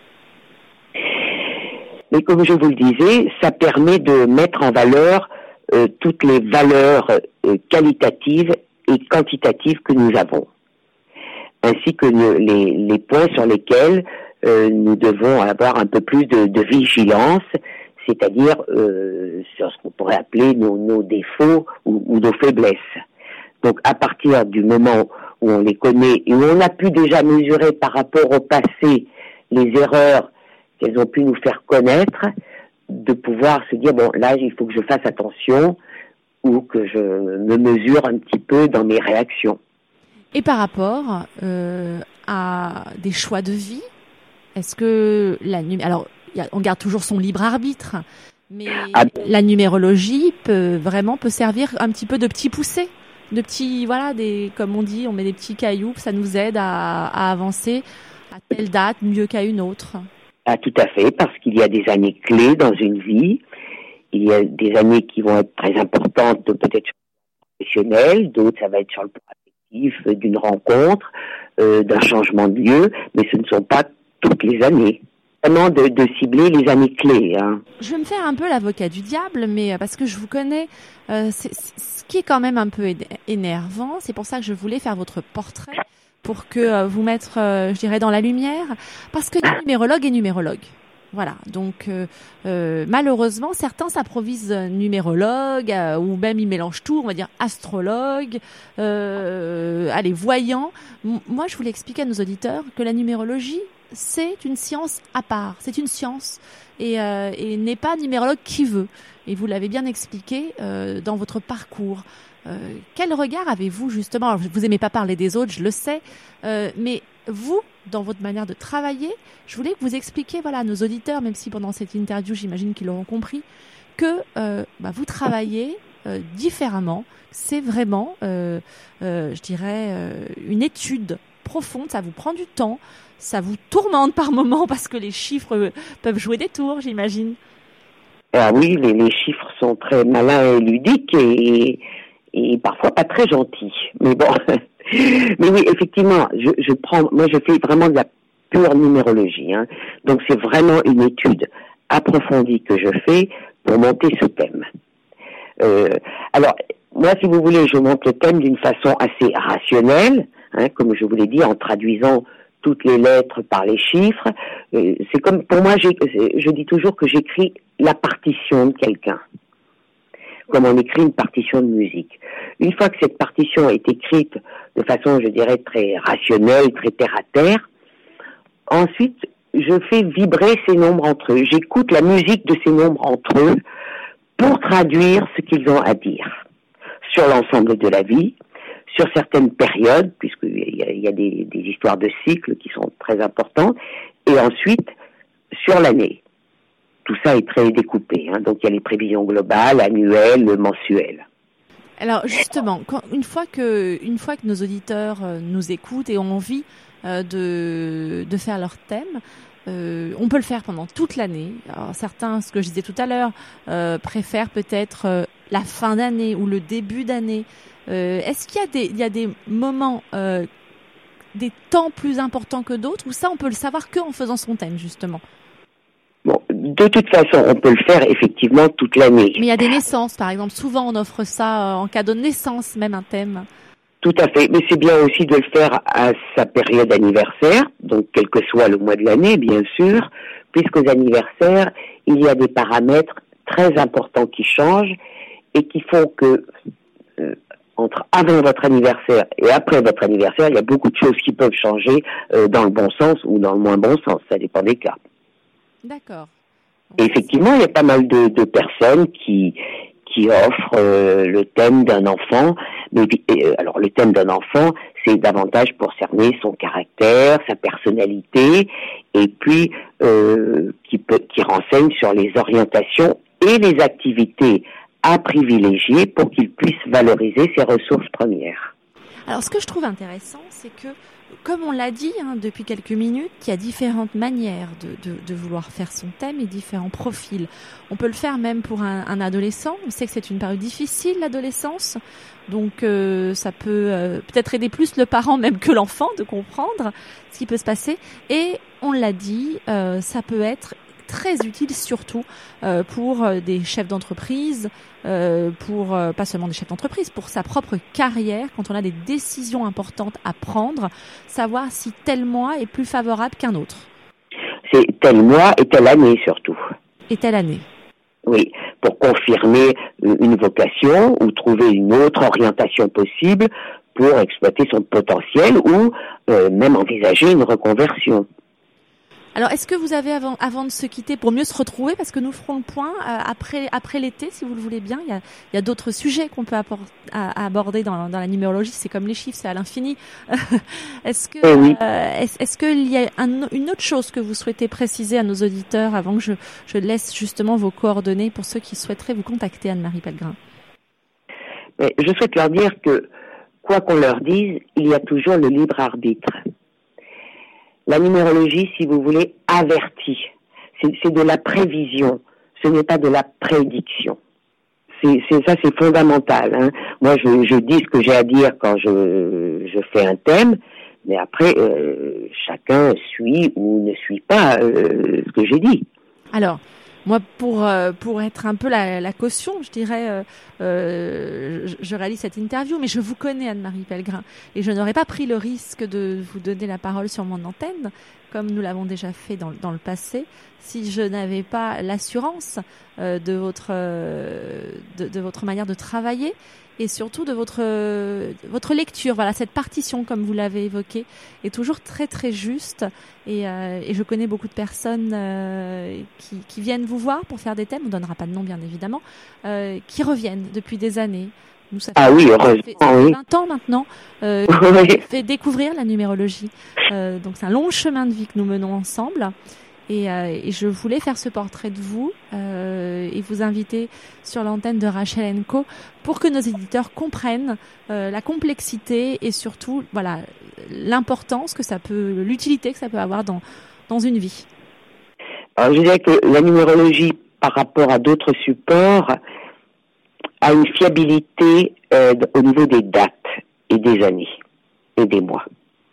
Mais comme je vous le disais, ça permet de mettre en valeur euh, toutes les valeurs euh, qualitatives et quantitatives que nous avons, ainsi que le, les, les points sur lesquels euh, nous devons avoir un peu plus de, de vigilance, c'est-à-dire euh, sur ce qu'on pourrait appeler nos, nos défauts ou, ou nos faiblesses. Donc à partir du moment où on les connaît et où on a pu déjà mesurer par rapport au passé les erreurs qu'elles ont pu nous faire connaître, de pouvoir se dire, bon, là, il faut que je fasse attention ou que je me mesure un petit peu dans mes réactions. Et par rapport euh, à des choix de vie, est-ce que la numé- alors y a, on garde toujours son libre arbitre, mais ah. la numérologie peut vraiment peut servir un petit peu de petit poussé, de petits voilà des comme on dit, on met des petits cailloux, ça nous aide à, à avancer à telle date mieux qu'à une autre. Ah, tout à fait, parce qu'il y a des années clés dans une vie. Il y a des années qui vont être très importantes, peut-être sur le plan professionnel, d'autres ça va être sur le plan affectif, d'une rencontre, euh, d'un changement de lieu, mais ce ne sont pas toutes les années. Vraiment de, de cibler les années clés. Hein. Je vais me faire un peu l'avocat du diable, mais parce que je vous connais, euh, c'est, c'est, ce qui est quand même un peu énervant, c'est pour ça que je voulais faire votre portrait, pour que euh, vous mettre, euh, je dirais, dans la lumière, parce que numérologue est numérologue. Voilà, donc euh, euh, malheureusement, certains s'improvisent numérologues, euh, ou même ils mélangent tout, on va dire astrologue, euh, allez, voyant. M- moi, je voulais expliquer à nos auditeurs que la numérologie, c'est une science à part, c'est une science, et, euh, et n'est pas numérologue qui veut. Et vous l'avez bien expliqué euh, dans votre parcours. Euh, quel regard avez-vous justement, alors, vous aimez pas parler des autres, je le sais, euh, mais vous, dans votre manière de travailler, je voulais que vous expliquiez voilà, à nos auditeurs, même si pendant cette interview, j'imagine qu'ils l'auront compris, que euh, bah, vous travaillez euh, différemment. C'est vraiment, euh, euh, je dirais, euh, une étude profonde, ça vous prend du temps, ça vous tourmente par moments parce que les chiffres peuvent jouer des tours, j'imagine. Ah oui, les, les chiffres sont très malins et ludiques et, et parfois pas très gentils. Mais bon, mais oui, effectivement, je, je prends, moi je fais vraiment de la pure numérologie. Hein. Donc c'est vraiment une étude approfondie que je fais pour monter ce thème. Euh, alors, moi, si vous voulez, je monte le thème d'une façon assez rationnelle, hein, comme je vous l'ai dit, en traduisant toutes les lettres par les chiffres. Euh, c'est comme, pour moi, j'ai, je dis toujours que j'écris la partition de quelqu'un, comme on écrit une partition de musique. Une fois que cette partition est écrite de façon, je dirais, très rationnelle, très terre-à-terre, ensuite, je fais vibrer ces nombres entre eux. J'écoute la musique de ces nombres entre eux pour traduire ce qu'ils ont à dire sur l'ensemble de la vie, sur certaines périodes, puisqu'il y a, il y a des, des histoires de cycles qui sont très importantes, et ensuite sur l'année. Tout ça est très découpé, hein. Donc il y a les prévisions globales, annuelles, mensuelles. Alors justement, quand, une fois que, une fois que nos auditeurs euh, nous écoutent et ont envie euh, de, de faire leur thème, euh, on peut le faire pendant toute l'année. Alors certains, ce que je disais tout à l'heure, euh, préfèrent peut-être euh, la fin d'année ou le début d'année. Euh, est-ce qu'il y a des, il y a des moments, euh, des temps plus importants que d'autres, ou ça on peut le savoir que en faisant son thème justement? Bon, de toute façon, on peut le faire effectivement toute l'année. Mais il y a des naissances, par exemple. Souvent, on offre ça euh, en cadeau de naissance, même un thème. Tout à fait. Mais c'est bien aussi de le faire à sa période anniversaire, donc quel que soit le mois de l'année, bien sûr, puisqu'aux anniversaires, il y a des paramètres très importants qui changent et qui font que euh, entre avant votre anniversaire et après votre anniversaire, il y a beaucoup de choses qui peuvent changer euh, dans le bon sens ou dans le moins bon sens. Ça dépend des cas. D'accord. Et effectivement, il y a pas mal de, de personnes qui qui offrent euh, le thème d'un enfant. Mais euh, alors, le thème d'un enfant, c'est davantage pour cerner son caractère, sa personnalité, et puis euh, qui peut qui renseigne sur les orientations et les activités à privilégier pour qu'il puisse valoriser ses ressources premières. Alors, ce que je trouve intéressant, c'est que, comme on l'a dit hein, depuis quelques minutes, il y a différentes manières de, de, de vouloir faire son thème et différents profils. On peut le faire même pour un, un adolescent. On sait que c'est une période difficile, l'adolescence. Donc, euh, ça peut euh, peut-être aider plus le parent même que l'enfant de comprendre ce qui peut se passer. Et on l'a dit, euh, ça peut être très utile surtout euh, pour euh, des chefs d'entreprise, euh, pour euh, pas seulement des chefs d'entreprise, pour sa propre carrière, quand on a des décisions importantes à prendre, savoir si tel mois est plus favorable qu'un autre. C'est tel mois et telle année surtout. Et telle année. Oui, pour confirmer une vocation ou trouver une autre orientation possible pour exploiter son potentiel ou euh, même envisager une reconversion. Alors, est-ce que vous avez, avant, avant de se quitter, pour mieux se retrouver, parce que nous ferons le point euh, après, après l'été, si vous le voulez bien, il y a, il y a d'autres sujets qu'on peut apport, à, à aborder dans, dans la numérologie, c'est comme les chiffres, c'est à l'infini. est-ce que, eh oui. euh, est-ce, est-ce qu'il y a un, une autre chose que vous souhaitez préciser à nos auditeurs avant que je, je laisse justement vos coordonnées pour ceux qui souhaiteraient vous contacter, Anne-Marie Pellegrin? Mais je souhaite leur dire que, quoi qu'on leur dise, il y a toujours le libre arbitre. La numérologie, si vous voulez, avertit c'est, c'est de la prévision, ce n'est pas de la prédiction. C'est, c'est ça, c'est fondamental. Hein. Moi, je, je dis ce que j'ai à dire quand je, je fais un thème, mais après, euh, chacun suit ou ne suit pas euh, ce que j'ai dit. Alors, moi, pour euh, pour être un peu la, la caution, je dirais, euh, euh, je, je réalise cette interview, mais je vous connais, Anne-Marie Pellegrin, et je n'aurais pas pris le risque de vous donner la parole sur mon antenne, comme nous l'avons déjà fait dans, dans le passé, si je n'avais pas l'assurance euh, de votre euh, de, de votre manière de travailler et surtout de votre euh, votre lecture. Voilà, cette partition, comme vous l'avez évoqué, est toujours très très juste. Et, euh, et je connais beaucoup de personnes euh, qui, qui viennent vous voir pour faire des thèmes. On ne donnera pas de nom, bien évidemment, euh, qui reviennent depuis des années. Nous, ça fait, ah oui, heureusement, ça fait, ça fait oui. vingt ans maintenant euh, oui. qu'on fait découvrir la numérologie. Euh, donc c'est un long chemin de vie que nous menons ensemble. Et, euh, et je voulais faire ce portrait de vous euh, et vous inviter sur l'antenne de Rachel and Co pour que nos éditeurs comprennent euh, la complexité et surtout voilà l'importance que ça peut, l'utilité que ça peut avoir dans dans une vie. Alors je dirais que la numérologie par rapport à d'autres supports a une fiabilité euh, au niveau des dates et des années et des mois.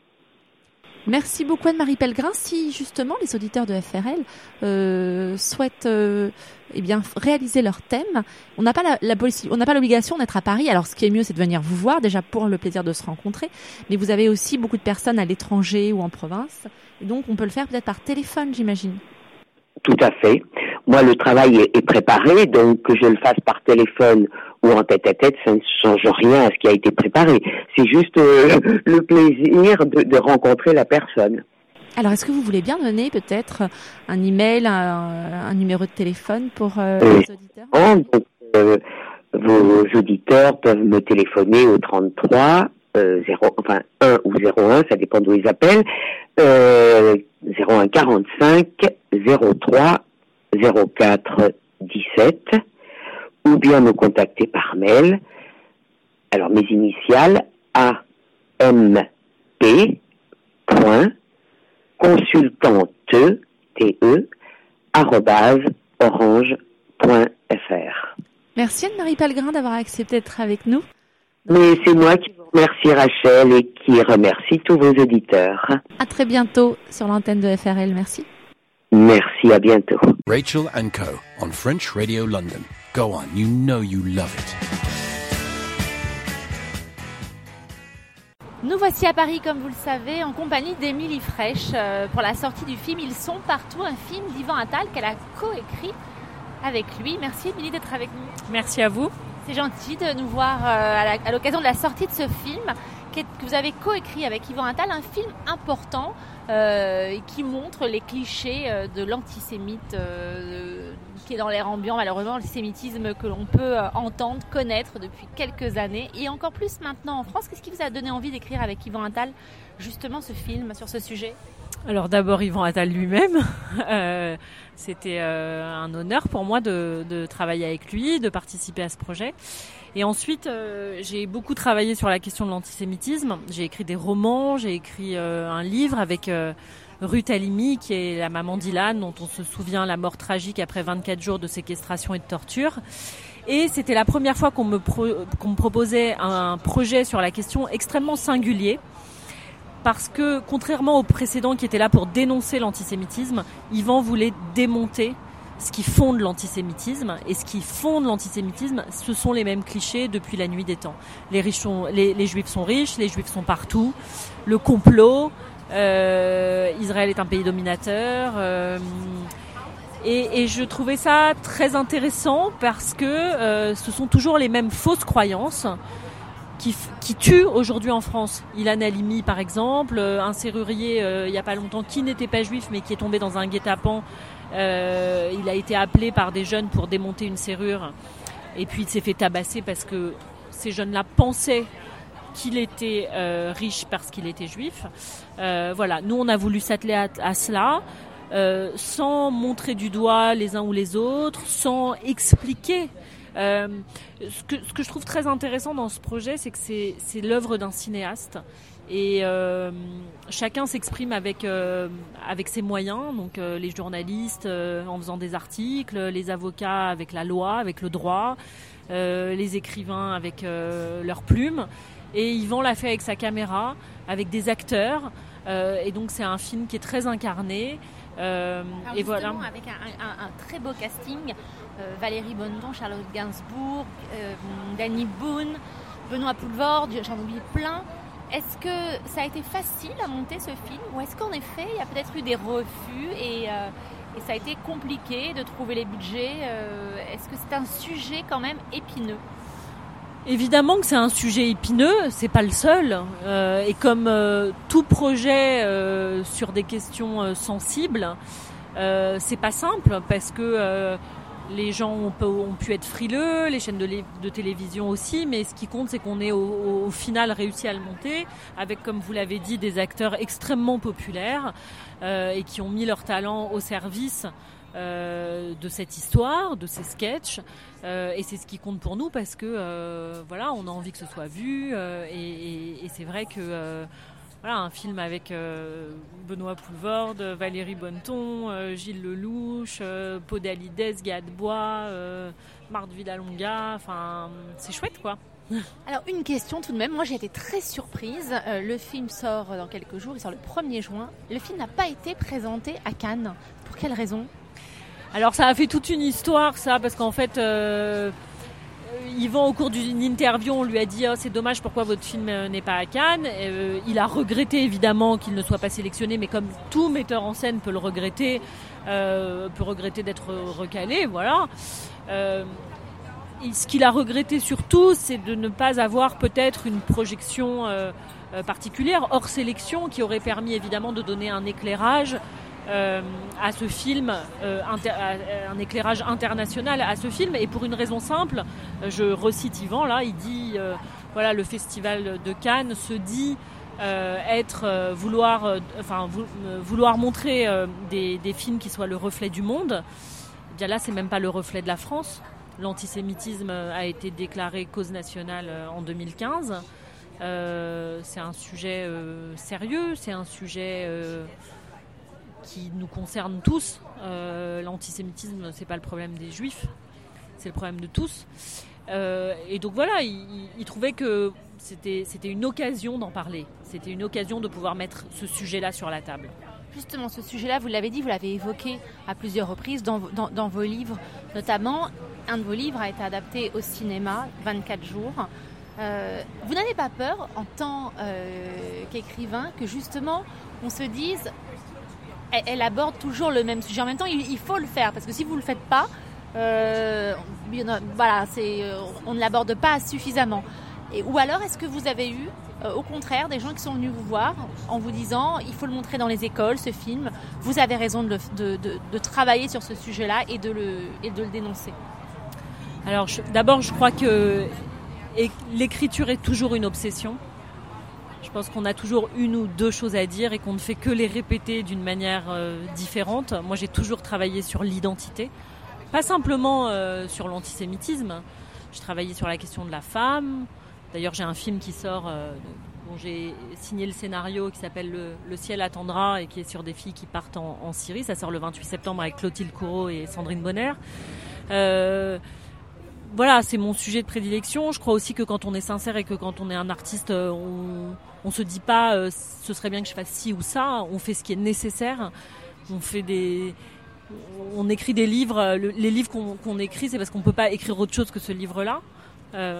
Merci beaucoup Anne-Marie Pellegrin. Si justement les auditeurs de F R L euh, souhaitent euh, eh bien réaliser leur thème, on n'a pas la, la on n'a pas l'obligation d'être à Paris. Alors ce qui est mieux, c'est de venir vous voir déjà pour le plaisir de se rencontrer. Mais vous avez aussi beaucoup de personnes à l'étranger ou en province, et donc on peut le faire peut-être par téléphone, j'imagine. Tout à fait. Moi, le travail est, est préparé, donc que je le fasse par téléphone ou en tête-à-tête, ça ne change rien à ce qui a été préparé. C'est juste euh, le plaisir de, de rencontrer la personne. Alors, est-ce que vous voulez bien donner peut-être un email, un, un numéro de téléphone pour euh, euh, les auditeurs? donc, euh, vos auditeurs peuvent me téléphoner au trente-trois, euh, zéro, enfin un ou zéro un, ça dépend d'où ils appellent, euh, zéro un quarante-cinq zéro trois zéro quatre dix-sept, ou bien me contacter par mail. Alors mes initiales A M P point consultante T E arrobase orange point F R. Merci Anne-Marie Pellegrin d'avoir accepté d'être avec nous. Mais c'est moi qui vous remercie Rachel et qui remercie tous vos auditeurs. À très bientôt sur l'antenne de F R L. Merci. Merci, à bientôt. Rachel and Co. on French Radio London. Go on, you know you love it. Nous voici à Paris, comme vous le savez, en compagnie d'Émilie Frêche euh, pour la sortie du film Ils sont partout, un film d'Yvan Attal qu'elle a coécrit avec lui. Merci Émilie d'être avec nous. Merci à vous. C'est gentil de nous voir euh, à, la, à l'occasion de la sortie de ce film que vous avez coécrit avec Yvan Attal, un film important euh, qui montre les clichés euh, de l'antisémite euh, qui est dans l'air ambiant, malheureusement, l'antisémitisme que l'on peut euh, entendre, connaître depuis quelques années et encore plus maintenant en France. Qu'est-ce qui vous a donné envie d'écrire avec Yvan Attal justement ce film sur ce sujet ? Alors d'abord Yvan Attal lui-même, euh, c'était euh, un honneur pour moi de, de travailler avec lui, de participer à ce projet. Et ensuite, euh, j'ai beaucoup travaillé sur la question de l'antisémitisme. J'ai écrit des romans, j'ai écrit euh, un livre avec euh, Ruth Halimi, qui est la maman d'Ilan, dont on se souvient la mort tragique après vingt-quatre jours de séquestration et de torture. Et c'était la première fois qu'on me, pro- qu'on me proposait un projet sur la question extrêmement singulier. Parce que, contrairement au précédent qui était là pour dénoncer l'antisémitisme, Yvan voulait démonter ce qui fonde l'antisémitisme. Et ce qui fonde l'antisémitisme, ce sont les mêmes clichés depuis la nuit des temps. Les, riches sont, les, les juifs sont riches, les juifs sont partout, le complot, euh, Israël est un pays dominateur. Euh, et, et je trouvais ça très intéressant parce que euh, ce sont toujours les mêmes fausses croyances Qui, qui tue aujourd'hui en France. Ilan Halimi, par exemple, un serrurier euh, il n'y a pas longtemps qui n'était pas juif mais qui est tombé dans un guet-apens. Euh, il a été appelé par des jeunes pour démonter une serrure et puis il s'est fait tabasser parce que ces jeunes-là pensaient qu'il était euh, riche parce qu'il était juif. Euh, voilà, nous on a voulu s'atteler à, à cela euh, sans montrer du doigt les uns ou les autres, sans expliquer. Euh, ce que, ce que je trouve très intéressant dans ce projet, c'est que c'est, c'est l'œuvre d'un cinéaste Et euh, chacun s'exprime avec euh, avec ses moyens, donc euh, les journalistes euh, en faisant des articles, les avocats avec la loi, avec le droit, euh, les écrivains avec euh, leurs plumes. Et Yvan l'a fait avec sa caméra, avec des acteurs. Euh, et donc c'est un film qui est très incarné. Euh, Alors et voilà. Avec un, un, un très beau casting, euh, Valérie Bonneton, Charlotte Gainsbourg, euh, Danny Boone, Benoît Poelvoorde, j'en oublie plein. Est-ce que ça a été facile à monter ce film ou est-ce qu'en effet il y a peut-être eu des refus et, euh, et ça a été compliqué de trouver les budgets euh, Est-ce que c'est un sujet quand même épineux ? Évidemment que c'est un sujet épineux, c'est pas le seul. Euh, et comme euh, tout projet euh, sur des questions euh, sensibles, euh, c'est pas simple parce que euh, les gens ont, ont pu être frileux, les chaînes de, de télévision aussi, mais ce qui compte, c'est qu'on ait au, au final réussi à le monter avec, comme vous l'avez dit, des acteurs extrêmement populaires euh, et qui ont mis leur talent au service euh, de cette histoire, de ces sketchs. Euh, et c'est ce qui compte pour nous parce que euh, voilà, on a envie que ce soit vu euh, et, et, et c'est vrai que euh, voilà, un film avec euh, Benoît Poelvoorde, Valérie Bonneton, euh, Gilles Lelouch, euh, Podalides, Gadebois, euh, Marthe Villalonga, enfin c'est chouette quoi. Alors une question tout de même, moi j'ai été très surprise, euh, le film sort dans quelques jours, il sort le premier juin, le film n'a pas été présenté à Cannes, pour quelle raison ? Alors ça a fait toute une histoire ça, parce qu'en fait euh, Yvan au cours d'une interview on lui a dit oh, c'est dommage pourquoi votre film n'est pas à Cannes. Et, euh, il a regretté évidemment qu'il ne soit pas sélectionné, mais comme tout metteur en scène peut le regretter, euh, peut regretter d'être recalé, voilà. Euh, et ce qu'il a regretté surtout c'est de ne pas avoir peut-être une projection euh, particulière hors sélection qui aurait permis évidemment de donner un éclairage Euh, à ce film, euh, inter- un éclairage international à ce film, et pour une raison simple, je recite Yvan là, il dit euh, voilà, le festival de Cannes se dit euh, être euh, vouloir euh, enfin vou- euh, vouloir montrer euh, des, des films qui soient le reflet du monde. Et bien là c'est même pas le reflet de la France. L'antisémitisme a été déclaré cause nationale en deux mille quinze. Euh, c'est un sujet euh, sérieux, c'est un sujet euh, qui nous concerne tous. Euh, l'antisémitisme, c'est pas le problème des juifs, c'est le problème de tous. Euh, et donc voilà, il, il, il trouvait que c'était, c'était une occasion d'en parler. C'était une occasion de pouvoir mettre ce sujet-là sur la table. Justement, ce sujet-là, vous l'avez dit, vous l'avez évoqué à plusieurs reprises dans, dans, dans vos livres. Notamment, un de vos livres a été adapté au cinéma, vingt-quatre jours. Euh, vous n'avez pas peur, en tant euh, qu'écrivain, que justement, on se dise... elle aborde toujours le même sujet. En même temps, il faut le faire, parce que si vous ne le faites pas, euh, voilà, c'est, on ne l'aborde pas suffisamment. Et, ou alors, est-ce que vous avez eu, euh, au contraire, des gens qui sont venus vous voir en vous disant il faut le montrer dans les écoles, ce film, vous avez raison de, le, de, de, de travailler sur ce sujet-là et de le, et de le dénoncer? Alors, je, d'abord, je crois que l'écriture est toujours une obsession. Je pense qu'on a toujours une ou deux choses à dire et qu'on ne fait que les répéter d'une manière euh, différente. Moi, j'ai toujours travaillé sur l'identité, pas simplement euh, sur l'antisémitisme. J'ai travaillé sur la question de la femme. D'ailleurs, j'ai un film qui sort, euh, dont j'ai signé le scénario, qui s'appelle Le, Le ciel attendra et qui est sur des filles qui partent en, en Syrie. Ça sort le vingt-huit septembre avec Clotilde Courreau et Sandrine Bonner. Euh, Voilà, c'est mon sujet de prédilection. Je crois aussi que quand on est sincère et que quand on est un artiste, on on se dit pas euh, ce serait bien que je fasse ci ou ça. On fait ce qui est nécessaire. On fait des, on écrit des livres. Le, les livres qu'on, qu'on écrit, c'est parce qu'on peut pas écrire autre chose que ce livre-là. Euh,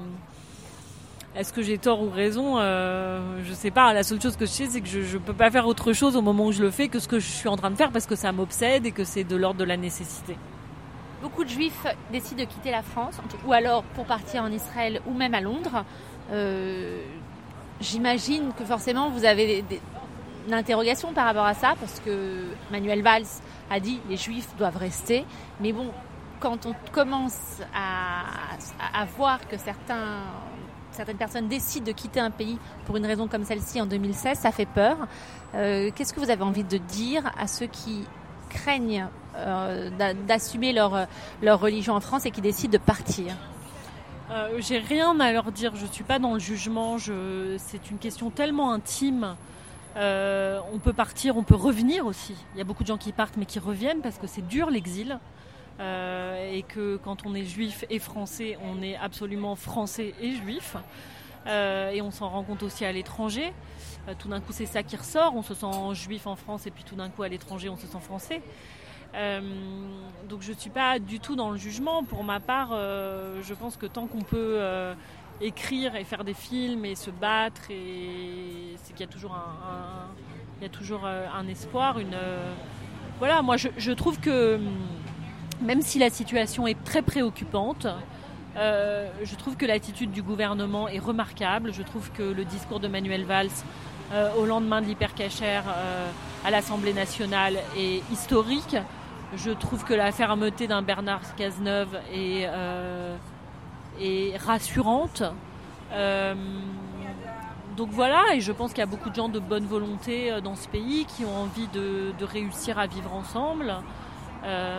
est-ce que j'ai tort ou raison ? euh, Je sais pas. La seule chose que je sais, c'est que je, je peux pas faire autre chose au moment où je le fais que ce que je suis en train de faire parce que ça m'obsède et que c'est de l'ordre de la nécessité. Beaucoup de Juifs décident de quitter la France, ou alors pour partir en Israël ou même à Londres. Euh, j'imagine que forcément vous avez des, des, une interrogation par rapport à ça, parce que Manuel Valls a dit les Juifs doivent rester. Mais bon, quand on commence à, à, à voir que certains, certaines personnes décident de quitter un pays pour une raison comme celle-ci en deux mille seize, ça fait peur. Euh, qu'est-ce que vous avez envie de dire à ceux qui craignent euh, d'assumer leur, leur religion en France et qui décident de partir? Euh, j'ai rien à leur dire, je suis pas dans le jugement, je... c'est une question tellement intime. Euh, on peut partir, on peut revenir aussi. Il y a beaucoup de gens qui partent mais qui reviennent parce que c'est dur l'exil. Euh, et que quand on est juif et français, on est absolument français et juif. Euh, et on s'en rend compte aussi à l'étranger. Euh, tout d'un coup, c'est ça qui ressort. On se sent juif en France et puis tout d'un coup, à l'étranger, on se sent français. Euh, donc je ne suis pas du tout dans le jugement. Pour ma part, euh, je pense que tant qu'on peut euh, écrire et faire des films et se battre, et c'est qu'il y a toujours un, un, il y a toujours euh, un espoir. Une, euh, voilà, moi je, je trouve que même si la situation est très préoccupante, euh, je trouve que l'attitude du gouvernement est remarquable. Je trouve que le discours de Manuel Valls euh, au lendemain de l'hypercacher euh, à l'Assemblée nationale est historique. Je trouve que la fermeté d'un Bernard Cazeneuve est, euh, est rassurante. Euh, donc voilà, et je pense qu'il y a beaucoup de gens de bonne volonté dans ce pays qui ont envie de, de réussir à vivre ensemble. Euh,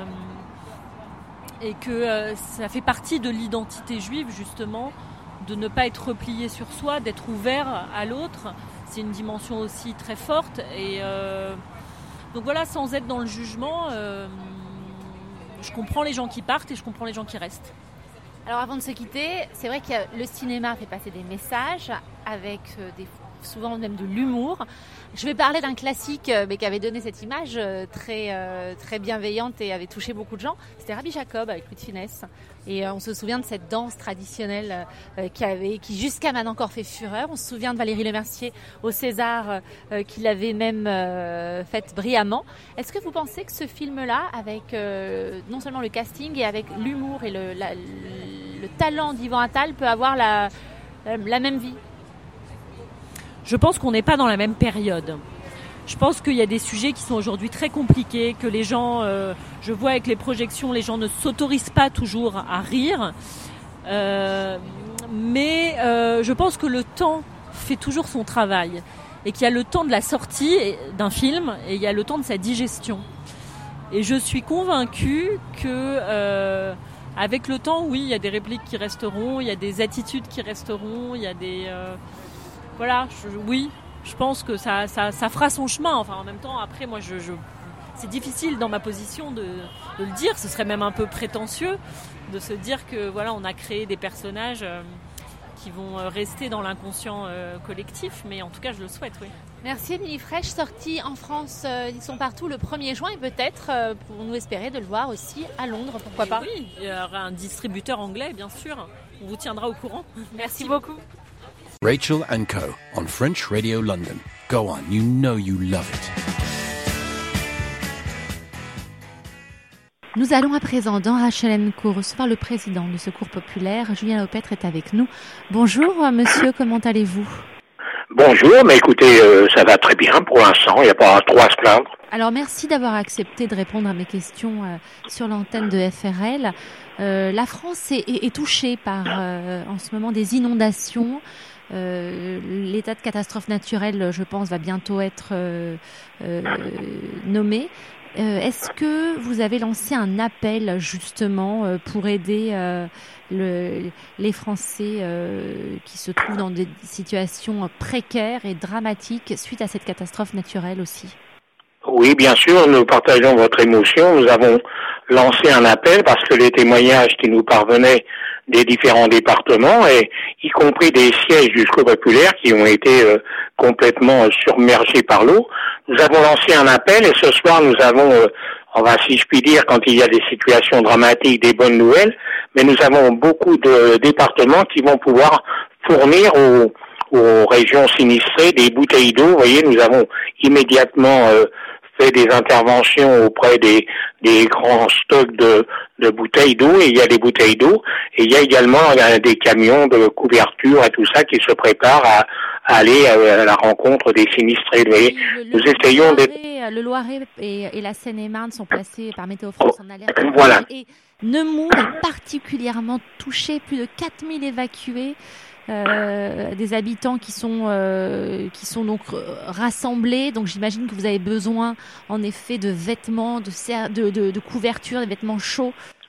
et que euh, ça fait partie de l'identité juive, justement, de ne pas être replié sur soi, d'être ouvert à l'autre. C'est une dimension aussi très forte. Et euh, donc voilà, sans être dans le jugement, euh, je comprends les gens qui partent et je comprends les gens qui restent. Alors avant de se quitter, c'est vrai que le cinéma fait passer des messages avec euh, des, souvent même de l'humour. Je vais parler d'un classique euh, mais qui avait donné cette image euh, très, euh, très bienveillante et avait touché beaucoup de gens. C'était Rabbi Jacob avec Louis de Funès. Et euh, on se souvient de cette danse traditionnelle euh, qui, avait, qui jusqu'à maintenant encore fait fureur. On se souvient de Valérie Lemercier au César euh, qui l'avait même euh, faite brillamment. Est-ce que vous pensez que ce film-là, avec euh, non seulement le casting et avec l'humour et le, la, le, le talent d'Yvan Attal, peut avoir la, la, la même vie ? Je pense qu'on n'est pas dans la même période. Je pense qu'il y a des sujets qui sont aujourd'hui très compliqués, que les gens, euh, je vois avec les projections, les gens ne s'autorisent pas toujours à rire. Euh, mais euh, je pense que le temps fait toujours son travail et qu'il y a le temps de la sortie d'un film et il y a le temps de sa digestion. Et je suis convaincue que euh, avec le temps, oui, il y a des répliques qui resteront, il y a des attitudes qui resteront, il y a des... Euh, Voilà, je, oui, je pense que ça, ça, ça fera son chemin. Enfin, en même temps, après, moi, je, je, c'est difficile dans ma position de, de le dire. Ce serait même un peu prétentieux de se dire que voilà, on a créé des personnages euh, qui vont rester dans l'inconscient euh, collectif. Mais en tout cas, je le souhaite, oui. Merci Émilie Fraiche, sortie en France, euh, ils sont partout le premier juin et peut-être euh, pouvons-nous espérer de le voir aussi à Londres, pourquoi pas. Oui, il y aura un distributeur anglais, bien sûr. On vous tiendra au courant. Merci, Merci beaucoup. Rachel and Co. on French Radio London. Go on, you know you love it. Nous allons à présent dans Rachel and Co recevoir le président du Secours Populaire. Julien Laupêtre est avec nous. Bonjour monsieur, comment allez-vous ? Bonjour, mais écoutez, euh, ça va très bien pour l'instant, il n'y a pas trop à se plaindre. Alors merci d'avoir accepté de répondre à mes questions euh, sur l'antenne de F R L. Euh, la France est, est, est touchée par euh, en ce moment des inondations. Euh, l'état de catastrophe naturelle, je pense, va bientôt être euh, euh, nommé. Euh, est-ce que vous avez lancé un appel justement euh, pour aider euh, le, les Français euh, qui se trouvent dans des situations précaires et dramatiques suite à cette catastrophe naturelle aussi ? Oui, bien sûr, nous partageons votre émotion. Nous avons lancé un appel parce que les témoignages qui nous parvenaient des différents départements, et y compris des sièges du Secours populaire qui ont été euh, complètement submergés par l'eau. Nous avons lancé un appel et ce soir nous avons, euh, on va si je puis dire, quand il y a des situations dramatiques, des bonnes nouvelles, mais nous avons beaucoup de départements qui vont pouvoir fournir aux, aux régions sinistrées des bouteilles d'eau. Vous voyez, nous avons immédiatement euh, fait des interventions auprès des, des grands stocks de, de bouteilles d'eau, et il y a des bouteilles d'eau, et il y a également euh, des camions de couverture et tout ça qui se préparent à, à aller à, à la rencontre des sinistrés. Vous voyez, le, le, nous essayons le d'être... Loiret, le Loiret et, et la Seine-et-Marne sont placés par Météo France en alerte. Voilà. Et Nemours est particulièrement touché, plus de quatre mille évacués. Euh, des habitants qui sont euh, qui sont donc rassemblés. Donc j'imagine que vous avez besoin en effet de vêtements, de de, de, de couvertures, des vêtements chauds.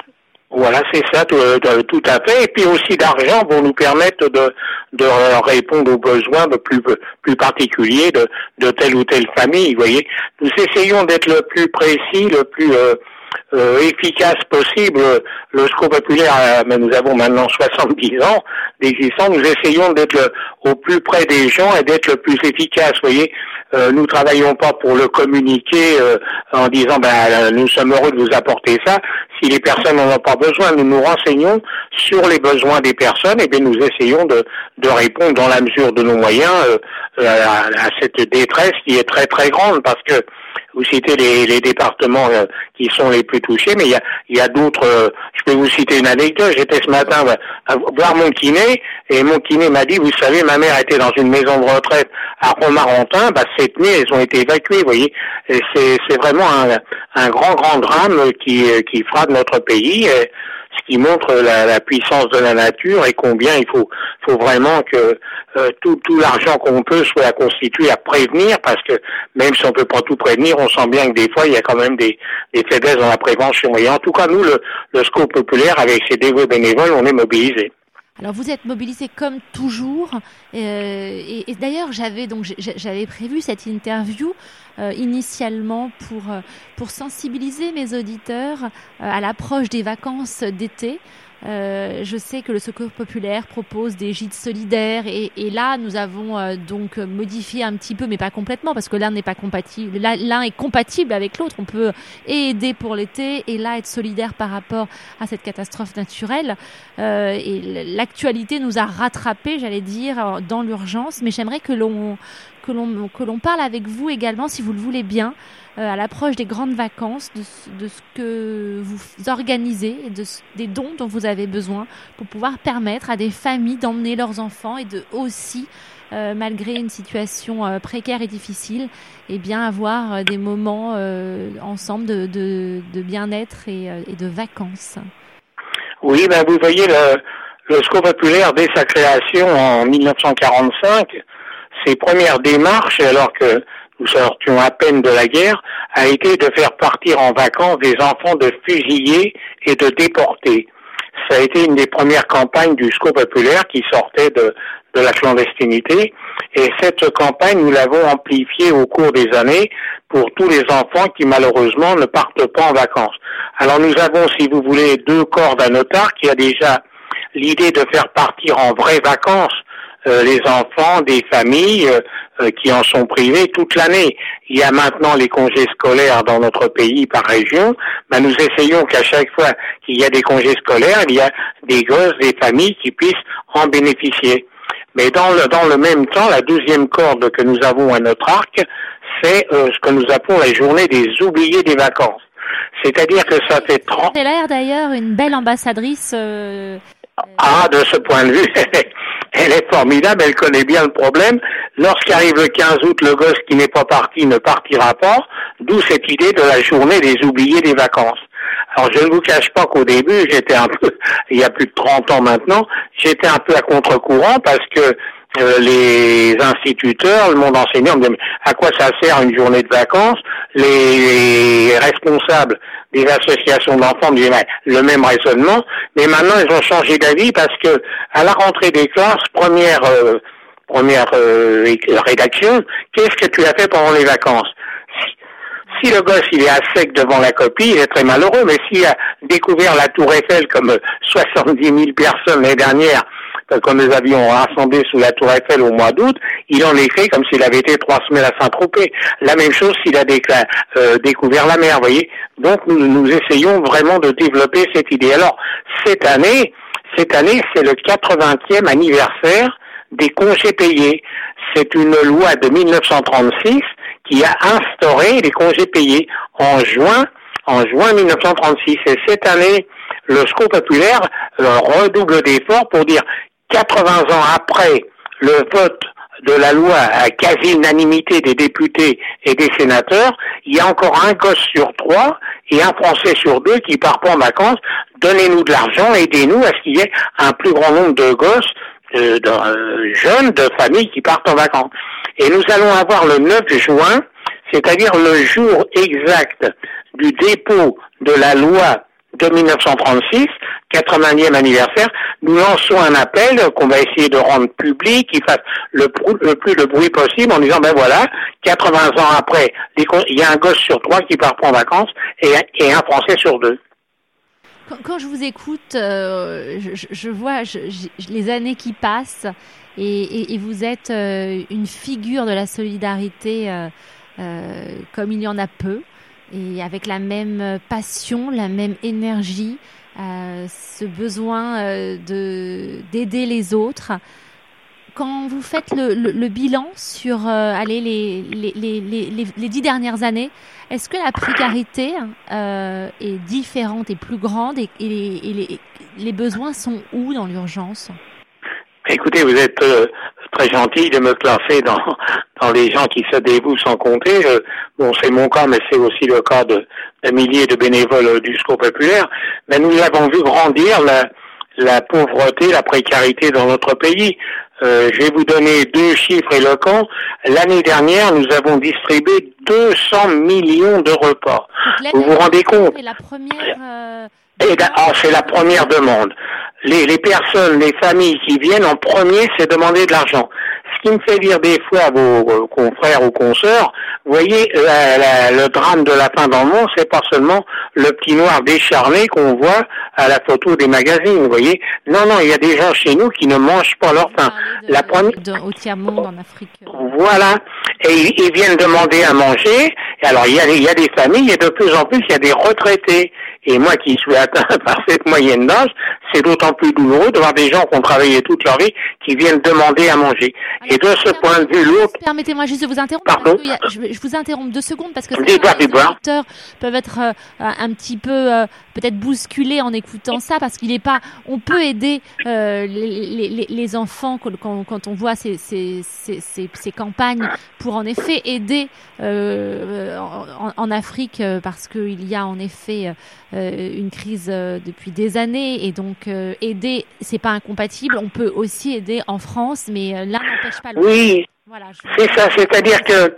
Voilà, c'est ça, tout, tout à fait. Et puis aussi d'argent pour nous permettre de, de répondre aux besoins plus, plus particuliers de, de telle ou telle famille. Vous voyez, nous essayons d'être le plus précis, le plus euh, euh, efficace possible. Le Secours populaire, euh, nous avons maintenant soixante-dix ans d'existence. Nous essayons d'être le, au plus près des gens et d'être le plus efficace. Vous voyez, euh, nous travaillons pas pour le communiquer euh, en disant ben nous sommes heureux de vous apporter ça. Si les personnes n'en ont pas besoin, nous nous renseignons sur les besoins des personnes et bien nous essayons de, de répondre dans la mesure de nos moyens euh, à, à cette détresse qui est très très grande parce que vous citez les, les départements euh, qui sont les plus touchés, mais il y a, il y a d'autres. Euh, je peux vous citer une anecdote. J'étais ce matin bah, à voir mon kiné et mon kiné m'a dit, vous savez, ma mère était dans une maison de retraite à Romarentin. Bah, cette nuit, elles ont été évacuées. Vous voyez, et c'est, c'est vraiment un, un grand grand drame qui, qui frappe notre pays. Et, ce qui montre la, la puissance de la nature et combien il faut, faut vraiment que euh, tout, tout l'argent qu'on peut soit constitué à prévenir, parce que même si on peut pas tout prévenir, on sent bien que des fois il y a quand même des, des faiblesses dans la prévention. Et en tout cas, nous, le, le Secours populaire, avec ses dévoués bénévoles, on est mobilisés. Alors vous êtes mobilisés comme toujours, euh, et, et d'ailleurs j'avais donc j'avais prévu cette interview euh, initialement pour euh, pour sensibiliser mes auditeurs euh, à l'approche des vacances d'été. Euh, je sais que le Secours populaire propose des gîtes solidaires et, et là nous avons euh, donc modifié un petit peu, mais pas complètement, parce que l'un n'est pas compatible. L'un est compatible avec l'autre. On peut aider pour l'été et là être solidaire par rapport à cette catastrophe naturelle. Euh, et l'actualité nous a rattrapés, j'allais dire, dans l'urgence. Mais j'aimerais que l'on que l'on que l'on parle avec vous également, si vous le voulez bien, à l'approche des grandes vacances, de, de ce que vous organisez et de, des dons dont vous avez besoin pour pouvoir permettre à des familles d'emmener leurs enfants et de aussi, euh, malgré une situation euh, précaire et difficile, eh bien avoir euh, des moments euh, ensemble de, de, de bien-être et, euh, et de vacances. Oui, ben vous voyez, le, le Secours populaire, dès sa création en dix-neuf cent quarante-cinq, ses premières démarches, alors que nous sortions à peine de la guerre, a été de faire partir en vacances des enfants de fusillés et de déportés. Ça a été une des premières campagnes du Secours populaire qui sortait de, de la clandestinité. Et cette campagne, nous l'avons amplifiée au cours des années pour tous les enfants qui malheureusement ne partent pas en vacances. Alors nous avons, si vous voulez, deux cordes à notre arc. Il y a déjà l'idée de faire partir en vraies vacances Euh, les enfants des familles euh, euh, qui en sont privés toute l'année. Il y a maintenant les congés scolaires dans notre pays par région. Ben, nous essayons qu'à chaque fois qu'il y a des congés scolaires, il y a des gosses, des familles qui puissent en bénéficier. Mais dans le, dans le même temps, la deuxième corde que nous avons à notre arc, c'est euh, ce que nous appelons la journée des oubliés des vacances. C'est-à-dire que ça fait trente... C'est l'air d'ailleurs une belle ambassadrice... Euh... Ah, de ce point de vue, elle est formidable, elle connaît bien le problème. Lorsqu'arrive le quinze août, le gosse qui n'est pas parti ne partira pas, d'où cette idée de la journée des oubliés des vacances. Alors je ne vous cache pas qu'au début, j'étais un peu, il y a plus de trente ans maintenant, j'étais un peu à contre-courant parce que euh, les instituteurs, le monde enseignant me disaient à quoi ça sert une journée de vacances? Les responsables des associations d'enfants me disaient le même raisonnement, mais maintenant ils ont changé d'avis parce que à la rentrée des classes, première euh, première euh, rédaction, qu'est-ce que tu as fait pendant les vacances? Si le gosse il est à sec devant la copie, il est très malheureux, mais s'il a découvert la Tour Eiffel comme soixante-dix mille personnes l'année dernière, quand nous avions rassemblé sous la Tour Eiffel au mois d'août, il en écrit comme s'il avait été trois semaines à Saint-Tropez. La même chose s'il a décla- euh, découvert la mer, vous voyez. Donc nous, nous essayons vraiment de développer cette idée. Alors cette année, cette année c'est le quatre-vingtième anniversaire des congés payés. C'est une loi de dix-neuf cent trente-six qui a instauré les congés payés en juin, en juin dix-neuf cent trente-six. Et cette année, le Secours populaire euh, redouble d'efforts pour dire quatre-vingts ans après le vote de la loi à quasi-unanimité des députés et des sénateurs, il y a encore un gosse sur trois et un Français sur deux qui part pas en vacances. Donnez-nous de l'argent, aidez-nous à ce qu'il y ait un plus grand nombre de gosses, euh, de euh, jeunes, de familles qui partent en vacances. Et nous allons avoir le neuf juin, c'est-à-dire le jour exact du dépôt de la loi de mille neuf cent trente-six, quatre-vingtième anniversaire, nous lançons un appel qu'on va essayer de rendre public, qui fasse le, le plus de bruit possible en disant, ben voilà, quatre-vingts ans après, il y a un gosse sur trois qui part en vacances et, et un Français sur deux. Quand, quand je vous écoute, euh, je, je vois je, je, les années qui passent et, et, et vous êtes euh, une figure de la solidarité euh, euh, comme il y en a peu. Et avec la même passion, la même énergie, euh, ce besoin euh, de d'aider les autres. Quand vous faites le, le, le bilan sur euh, allez, les, les, les, les, les dix dernières années, est-ce que la précarité euh, est différente et plus grande et, et, les, et les, les besoins sont où dans l'urgence ? Écoutez, vous êtes euh, très gentil de me classer dans dans les gens qui se dévouent sans compter. Euh, bon, c'est mon cas, mais c'est aussi le cas de, de milliers de bénévoles du Secours populaire. Mais nous avons vu grandir la, la pauvreté, la précarité dans notre pays. Euh, je vais vous donner deux chiffres éloquents. L'année dernière, nous avons distribué deux cents millions de repas. Vous vous rendez compte ? C'est la première. Euh... Et là, oh, c'est la première demande. Les, les personnes, les familles qui viennent en premier, c'est demander de l'argent. Ce qui me fait dire des fois à vos euh, confrères ou consoeurs, vous voyez, la, la, le drame de la faim dans le monde, c'est pas seulement le petit noir décharné qu'on voit à la photo des magazines, vous voyez. Non, non, il y a des gens chez nous qui ne mangent pas leur faim. De, la première... Au tiers-monde, en Afrique. Voilà. Et ils, ils viennent demander à manger. Et alors, il y, a, il y a des familles, et de plus en plus, il y a des retraités. Et moi qui suis atteint par cette moyenne d'âge, c'est d'autant plus douloureux de voir des gens qui ont travaillé toute leur vie qui viennent demander à manger. Alors, et de ce point de vue, l'autre... Permettez-moi juste de vous interrompre. Pardon a, je, je vous interromps deux secondes parce que les auditeurs peuvent être euh, un petit peu euh, peut-être bousculés en écoutant ça parce qu'il est pas... On peut aider euh, les, les, les enfants quand, quand on voit ces, ces, ces, ces, ces campagnes pour en effet aider euh, en, en Afrique parce qu'il y a en effet... Euh, une crise euh, depuis des années et donc euh, aider, c'est pas incompatible. On peut aussi aider en France, mais euh, l'un n'empêche pas l'autre. Oui, voilà, je... c'est ça. C'est-à-dire que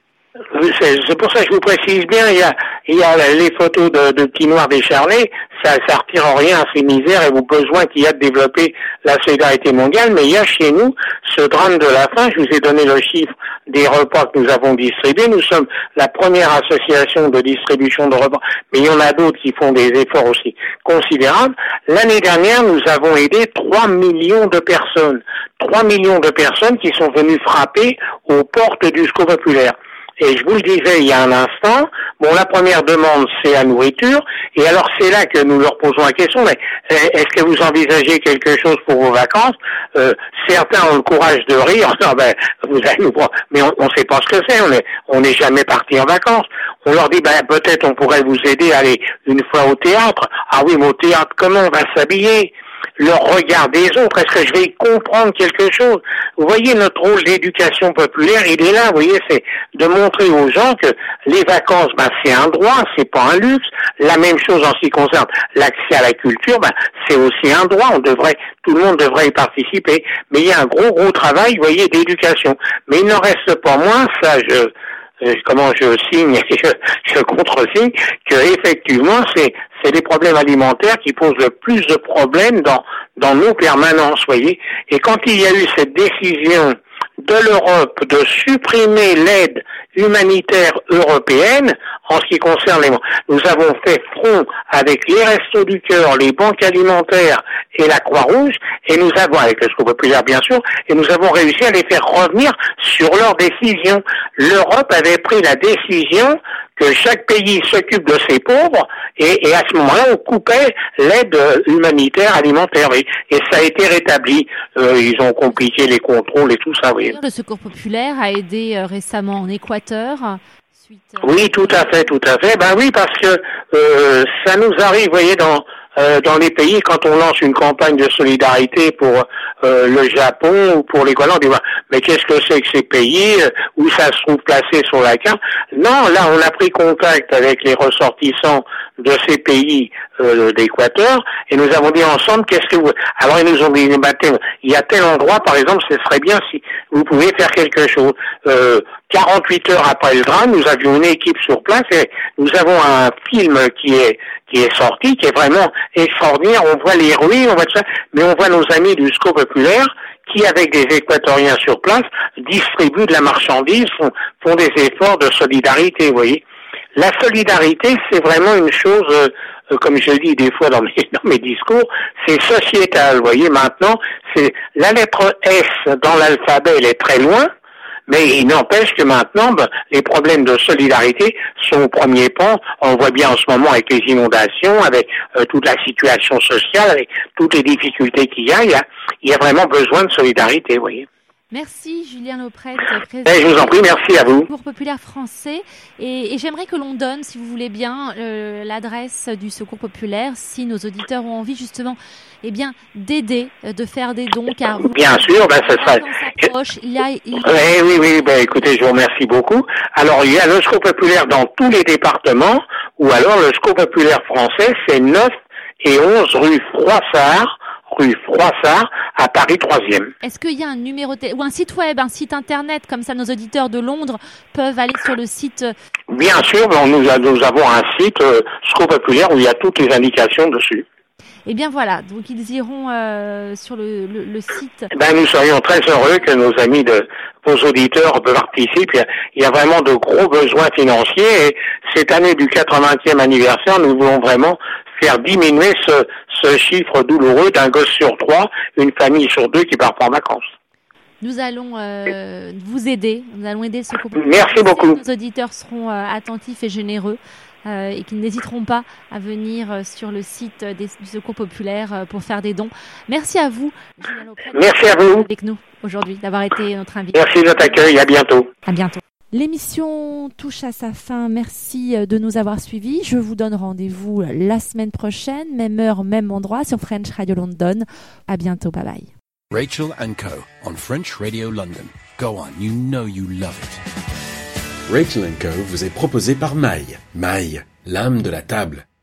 c'est, c'est pour ça que je vous précise bien. Il y a, il y a les photos de, de petits noirs décharnés. Ça, ça retire en rien à ces misères et aux besoins qu'il y a de développer la solidarité mondiale. Mais il y a chez nous ce drame de la faim. Je vous ai donné le chiffre des repas que nous avons distribués. Nous sommes la première association de distribution de repas, mais il y en a d'autres qui font des efforts aussi considérables. L'année dernière, nous avons aidé trois millions de personnes. trois millions de personnes qui sont venues frapper aux portes du Secours populaire. Et je vous le disais il y a un instant, bon, la première demande, c'est la nourriture. Et alors, c'est là que nous leur posons la question, mais est-ce que vous envisagez quelque chose pour vos vacances? euh, Certains ont le courage de rire. Non, ben, vous allez nous voir. Mais on ne sait pas ce que c'est. On est, on n'est jamais parti en vacances. On leur dit, ben, peut-être on pourrait vous aider à aller une fois au théâtre. Ah oui, mais au théâtre, comment on va s'habiller? Le regard des autres, est-ce que je vais comprendre quelque chose? Vous voyez, notre rôle d'éducation populaire, il est là, vous voyez, c'est de montrer aux gens que les vacances, ben, c'est un droit, c'est pas un luxe. La même chose en ce qui concerne l'accès à la culture, ben, c'est aussi un droit, on devrait, tout le monde devrait y participer. Mais il y a un gros, gros travail, vous voyez, d'éducation. Mais il n'en reste pas moins, ça, je, comment je signe et je, je contresigne, que effectivement c'est c'est les problèmes alimentaires qui posent le plus de problèmes dans dans nos permanences, voyez. Et quand il y a eu cette décision de l'Europe de supprimer l'aide humanitaire européenne en ce qui concerne les... Nous avons fait front avec les Restos du Cœur, les banques alimentaires et la Croix-Rouge, et nous avons, avec le Secours populaire bien sûr, et nous avons réussi à les faire revenir sur leur décision. L'Europe avait pris la décision que chaque pays s'occupe de ses pauvres, et, et à ce moment-là, on coupait l'aide humanitaire alimentaire, et, et ça a été rétabli. Euh, ils ont compliqué les contrôles et tout ça, oui. Le Secours populaire a aidé euh, récemment en Équateur. Suite, euh... Oui, tout à fait, tout à fait. Ben oui, parce que euh, ça nous arrive, vous voyez, dans euh, dans les pays, quand on lance une campagne de solidarité pour euh, le Japon ou pour l'Équateur, on dit, mais qu'est-ce que c'est que ces pays, où ça se trouve placé sur la carte? Non, là, on a pris contact avec les ressortissants de ces pays euh, d'Équateur, et nous avons dit ensemble, qu'est-ce que vous... Alors, ils nous ont dit, il y a tel endroit, par exemple, ce serait bien si vous pouvez faire quelque chose. Euh, quarante-huit heures après le drame, nous avions une équipe sur place et nous avons un film qui est qui est sorti, qui est vraiment extraordinaire. On voit les ruines, on voit tout ça, mais on voit nos amis du Secours populaire qui, avec des équatoriens sur place, distribuent de la marchandise, font, font des efforts de solidarité, vous voyez. La solidarité, c'est vraiment une chose, euh, comme je le dis des fois dans mes, dans mes discours, c'est sociétal, vous voyez. Maintenant, c'est la lettre S dans l'alphabet, elle est très loin, mais il n'empêche que maintenant, ben, les problèmes de solidarité sont au premier plan. On voit bien en ce moment avec les inondations, avec euh, toute la situation sociale, avec toutes les difficultés qu'il y a, il y a, il y a vraiment besoin de solidarité, vous voyez. Merci Julien Lauprette, président eh, je vous en prie, merci à vous. du Secours populaire français. Et, et j'aimerais que l'on donne, si vous voulez bien, euh, l'adresse du Secours populaire, si nos auditeurs ont envie justement, eh bien, d'aider, de faire des dons, car vous, bien sûr, ben ça sera. Poche, il y a, il... Oui, oui, oui. Ben écoutez, je vous remercie beaucoup. Alors il y a le Secours populaire dans tous les départements, ou alors le Secours populaire français, c'est neuf et onze rue Froissart. Rue Froissart, à Paris troisième. Est-ce qu'il y a un numéro t- ou un site web, un site internet, comme ça nos auditeurs de Londres peuvent aller sur le site? Bien sûr, bon, nous, a, nous avons un site euh, Secours populaire où il y a toutes les indications dessus. Eh bien voilà, donc ils iront euh, sur le, le, le site. Ben, nous serions très heureux que nos amis, de vos auditeurs participent. Il y, a, il y a vraiment de gros besoins financiers et cette année du quatre-vingtième anniversaire, nous voulons vraiment faire diminuer ce, ce chiffre douloureux d'un gosse sur trois, une famille sur deux qui part en vacances. Nous allons euh, vous aider, nous allons aider ce couple. Merci beaucoup. Nos auditeurs seront euh, attentifs et généreux euh, et qu'ils n'hésiteront pas à venir euh, sur le site des, du Secours populaire euh, pour faire des dons. Merci à vous, Julien Lauprette, merci à vous avec nous aujourd'hui, d'avoir été notre invité. Merci de votre accueil, à bientôt. À bientôt. L'émission touche à sa fin. Merci de nous avoir suivis. Je vous donne rendez-vous la semaine prochaine, même heure, même endroit, sur French Radio London. À bientôt. Bye bye. Rachel and Co. on French Radio London. Go on, you know you love it. Rachel and Co. vous est proposé par Maille. Maille, l'âme de la table.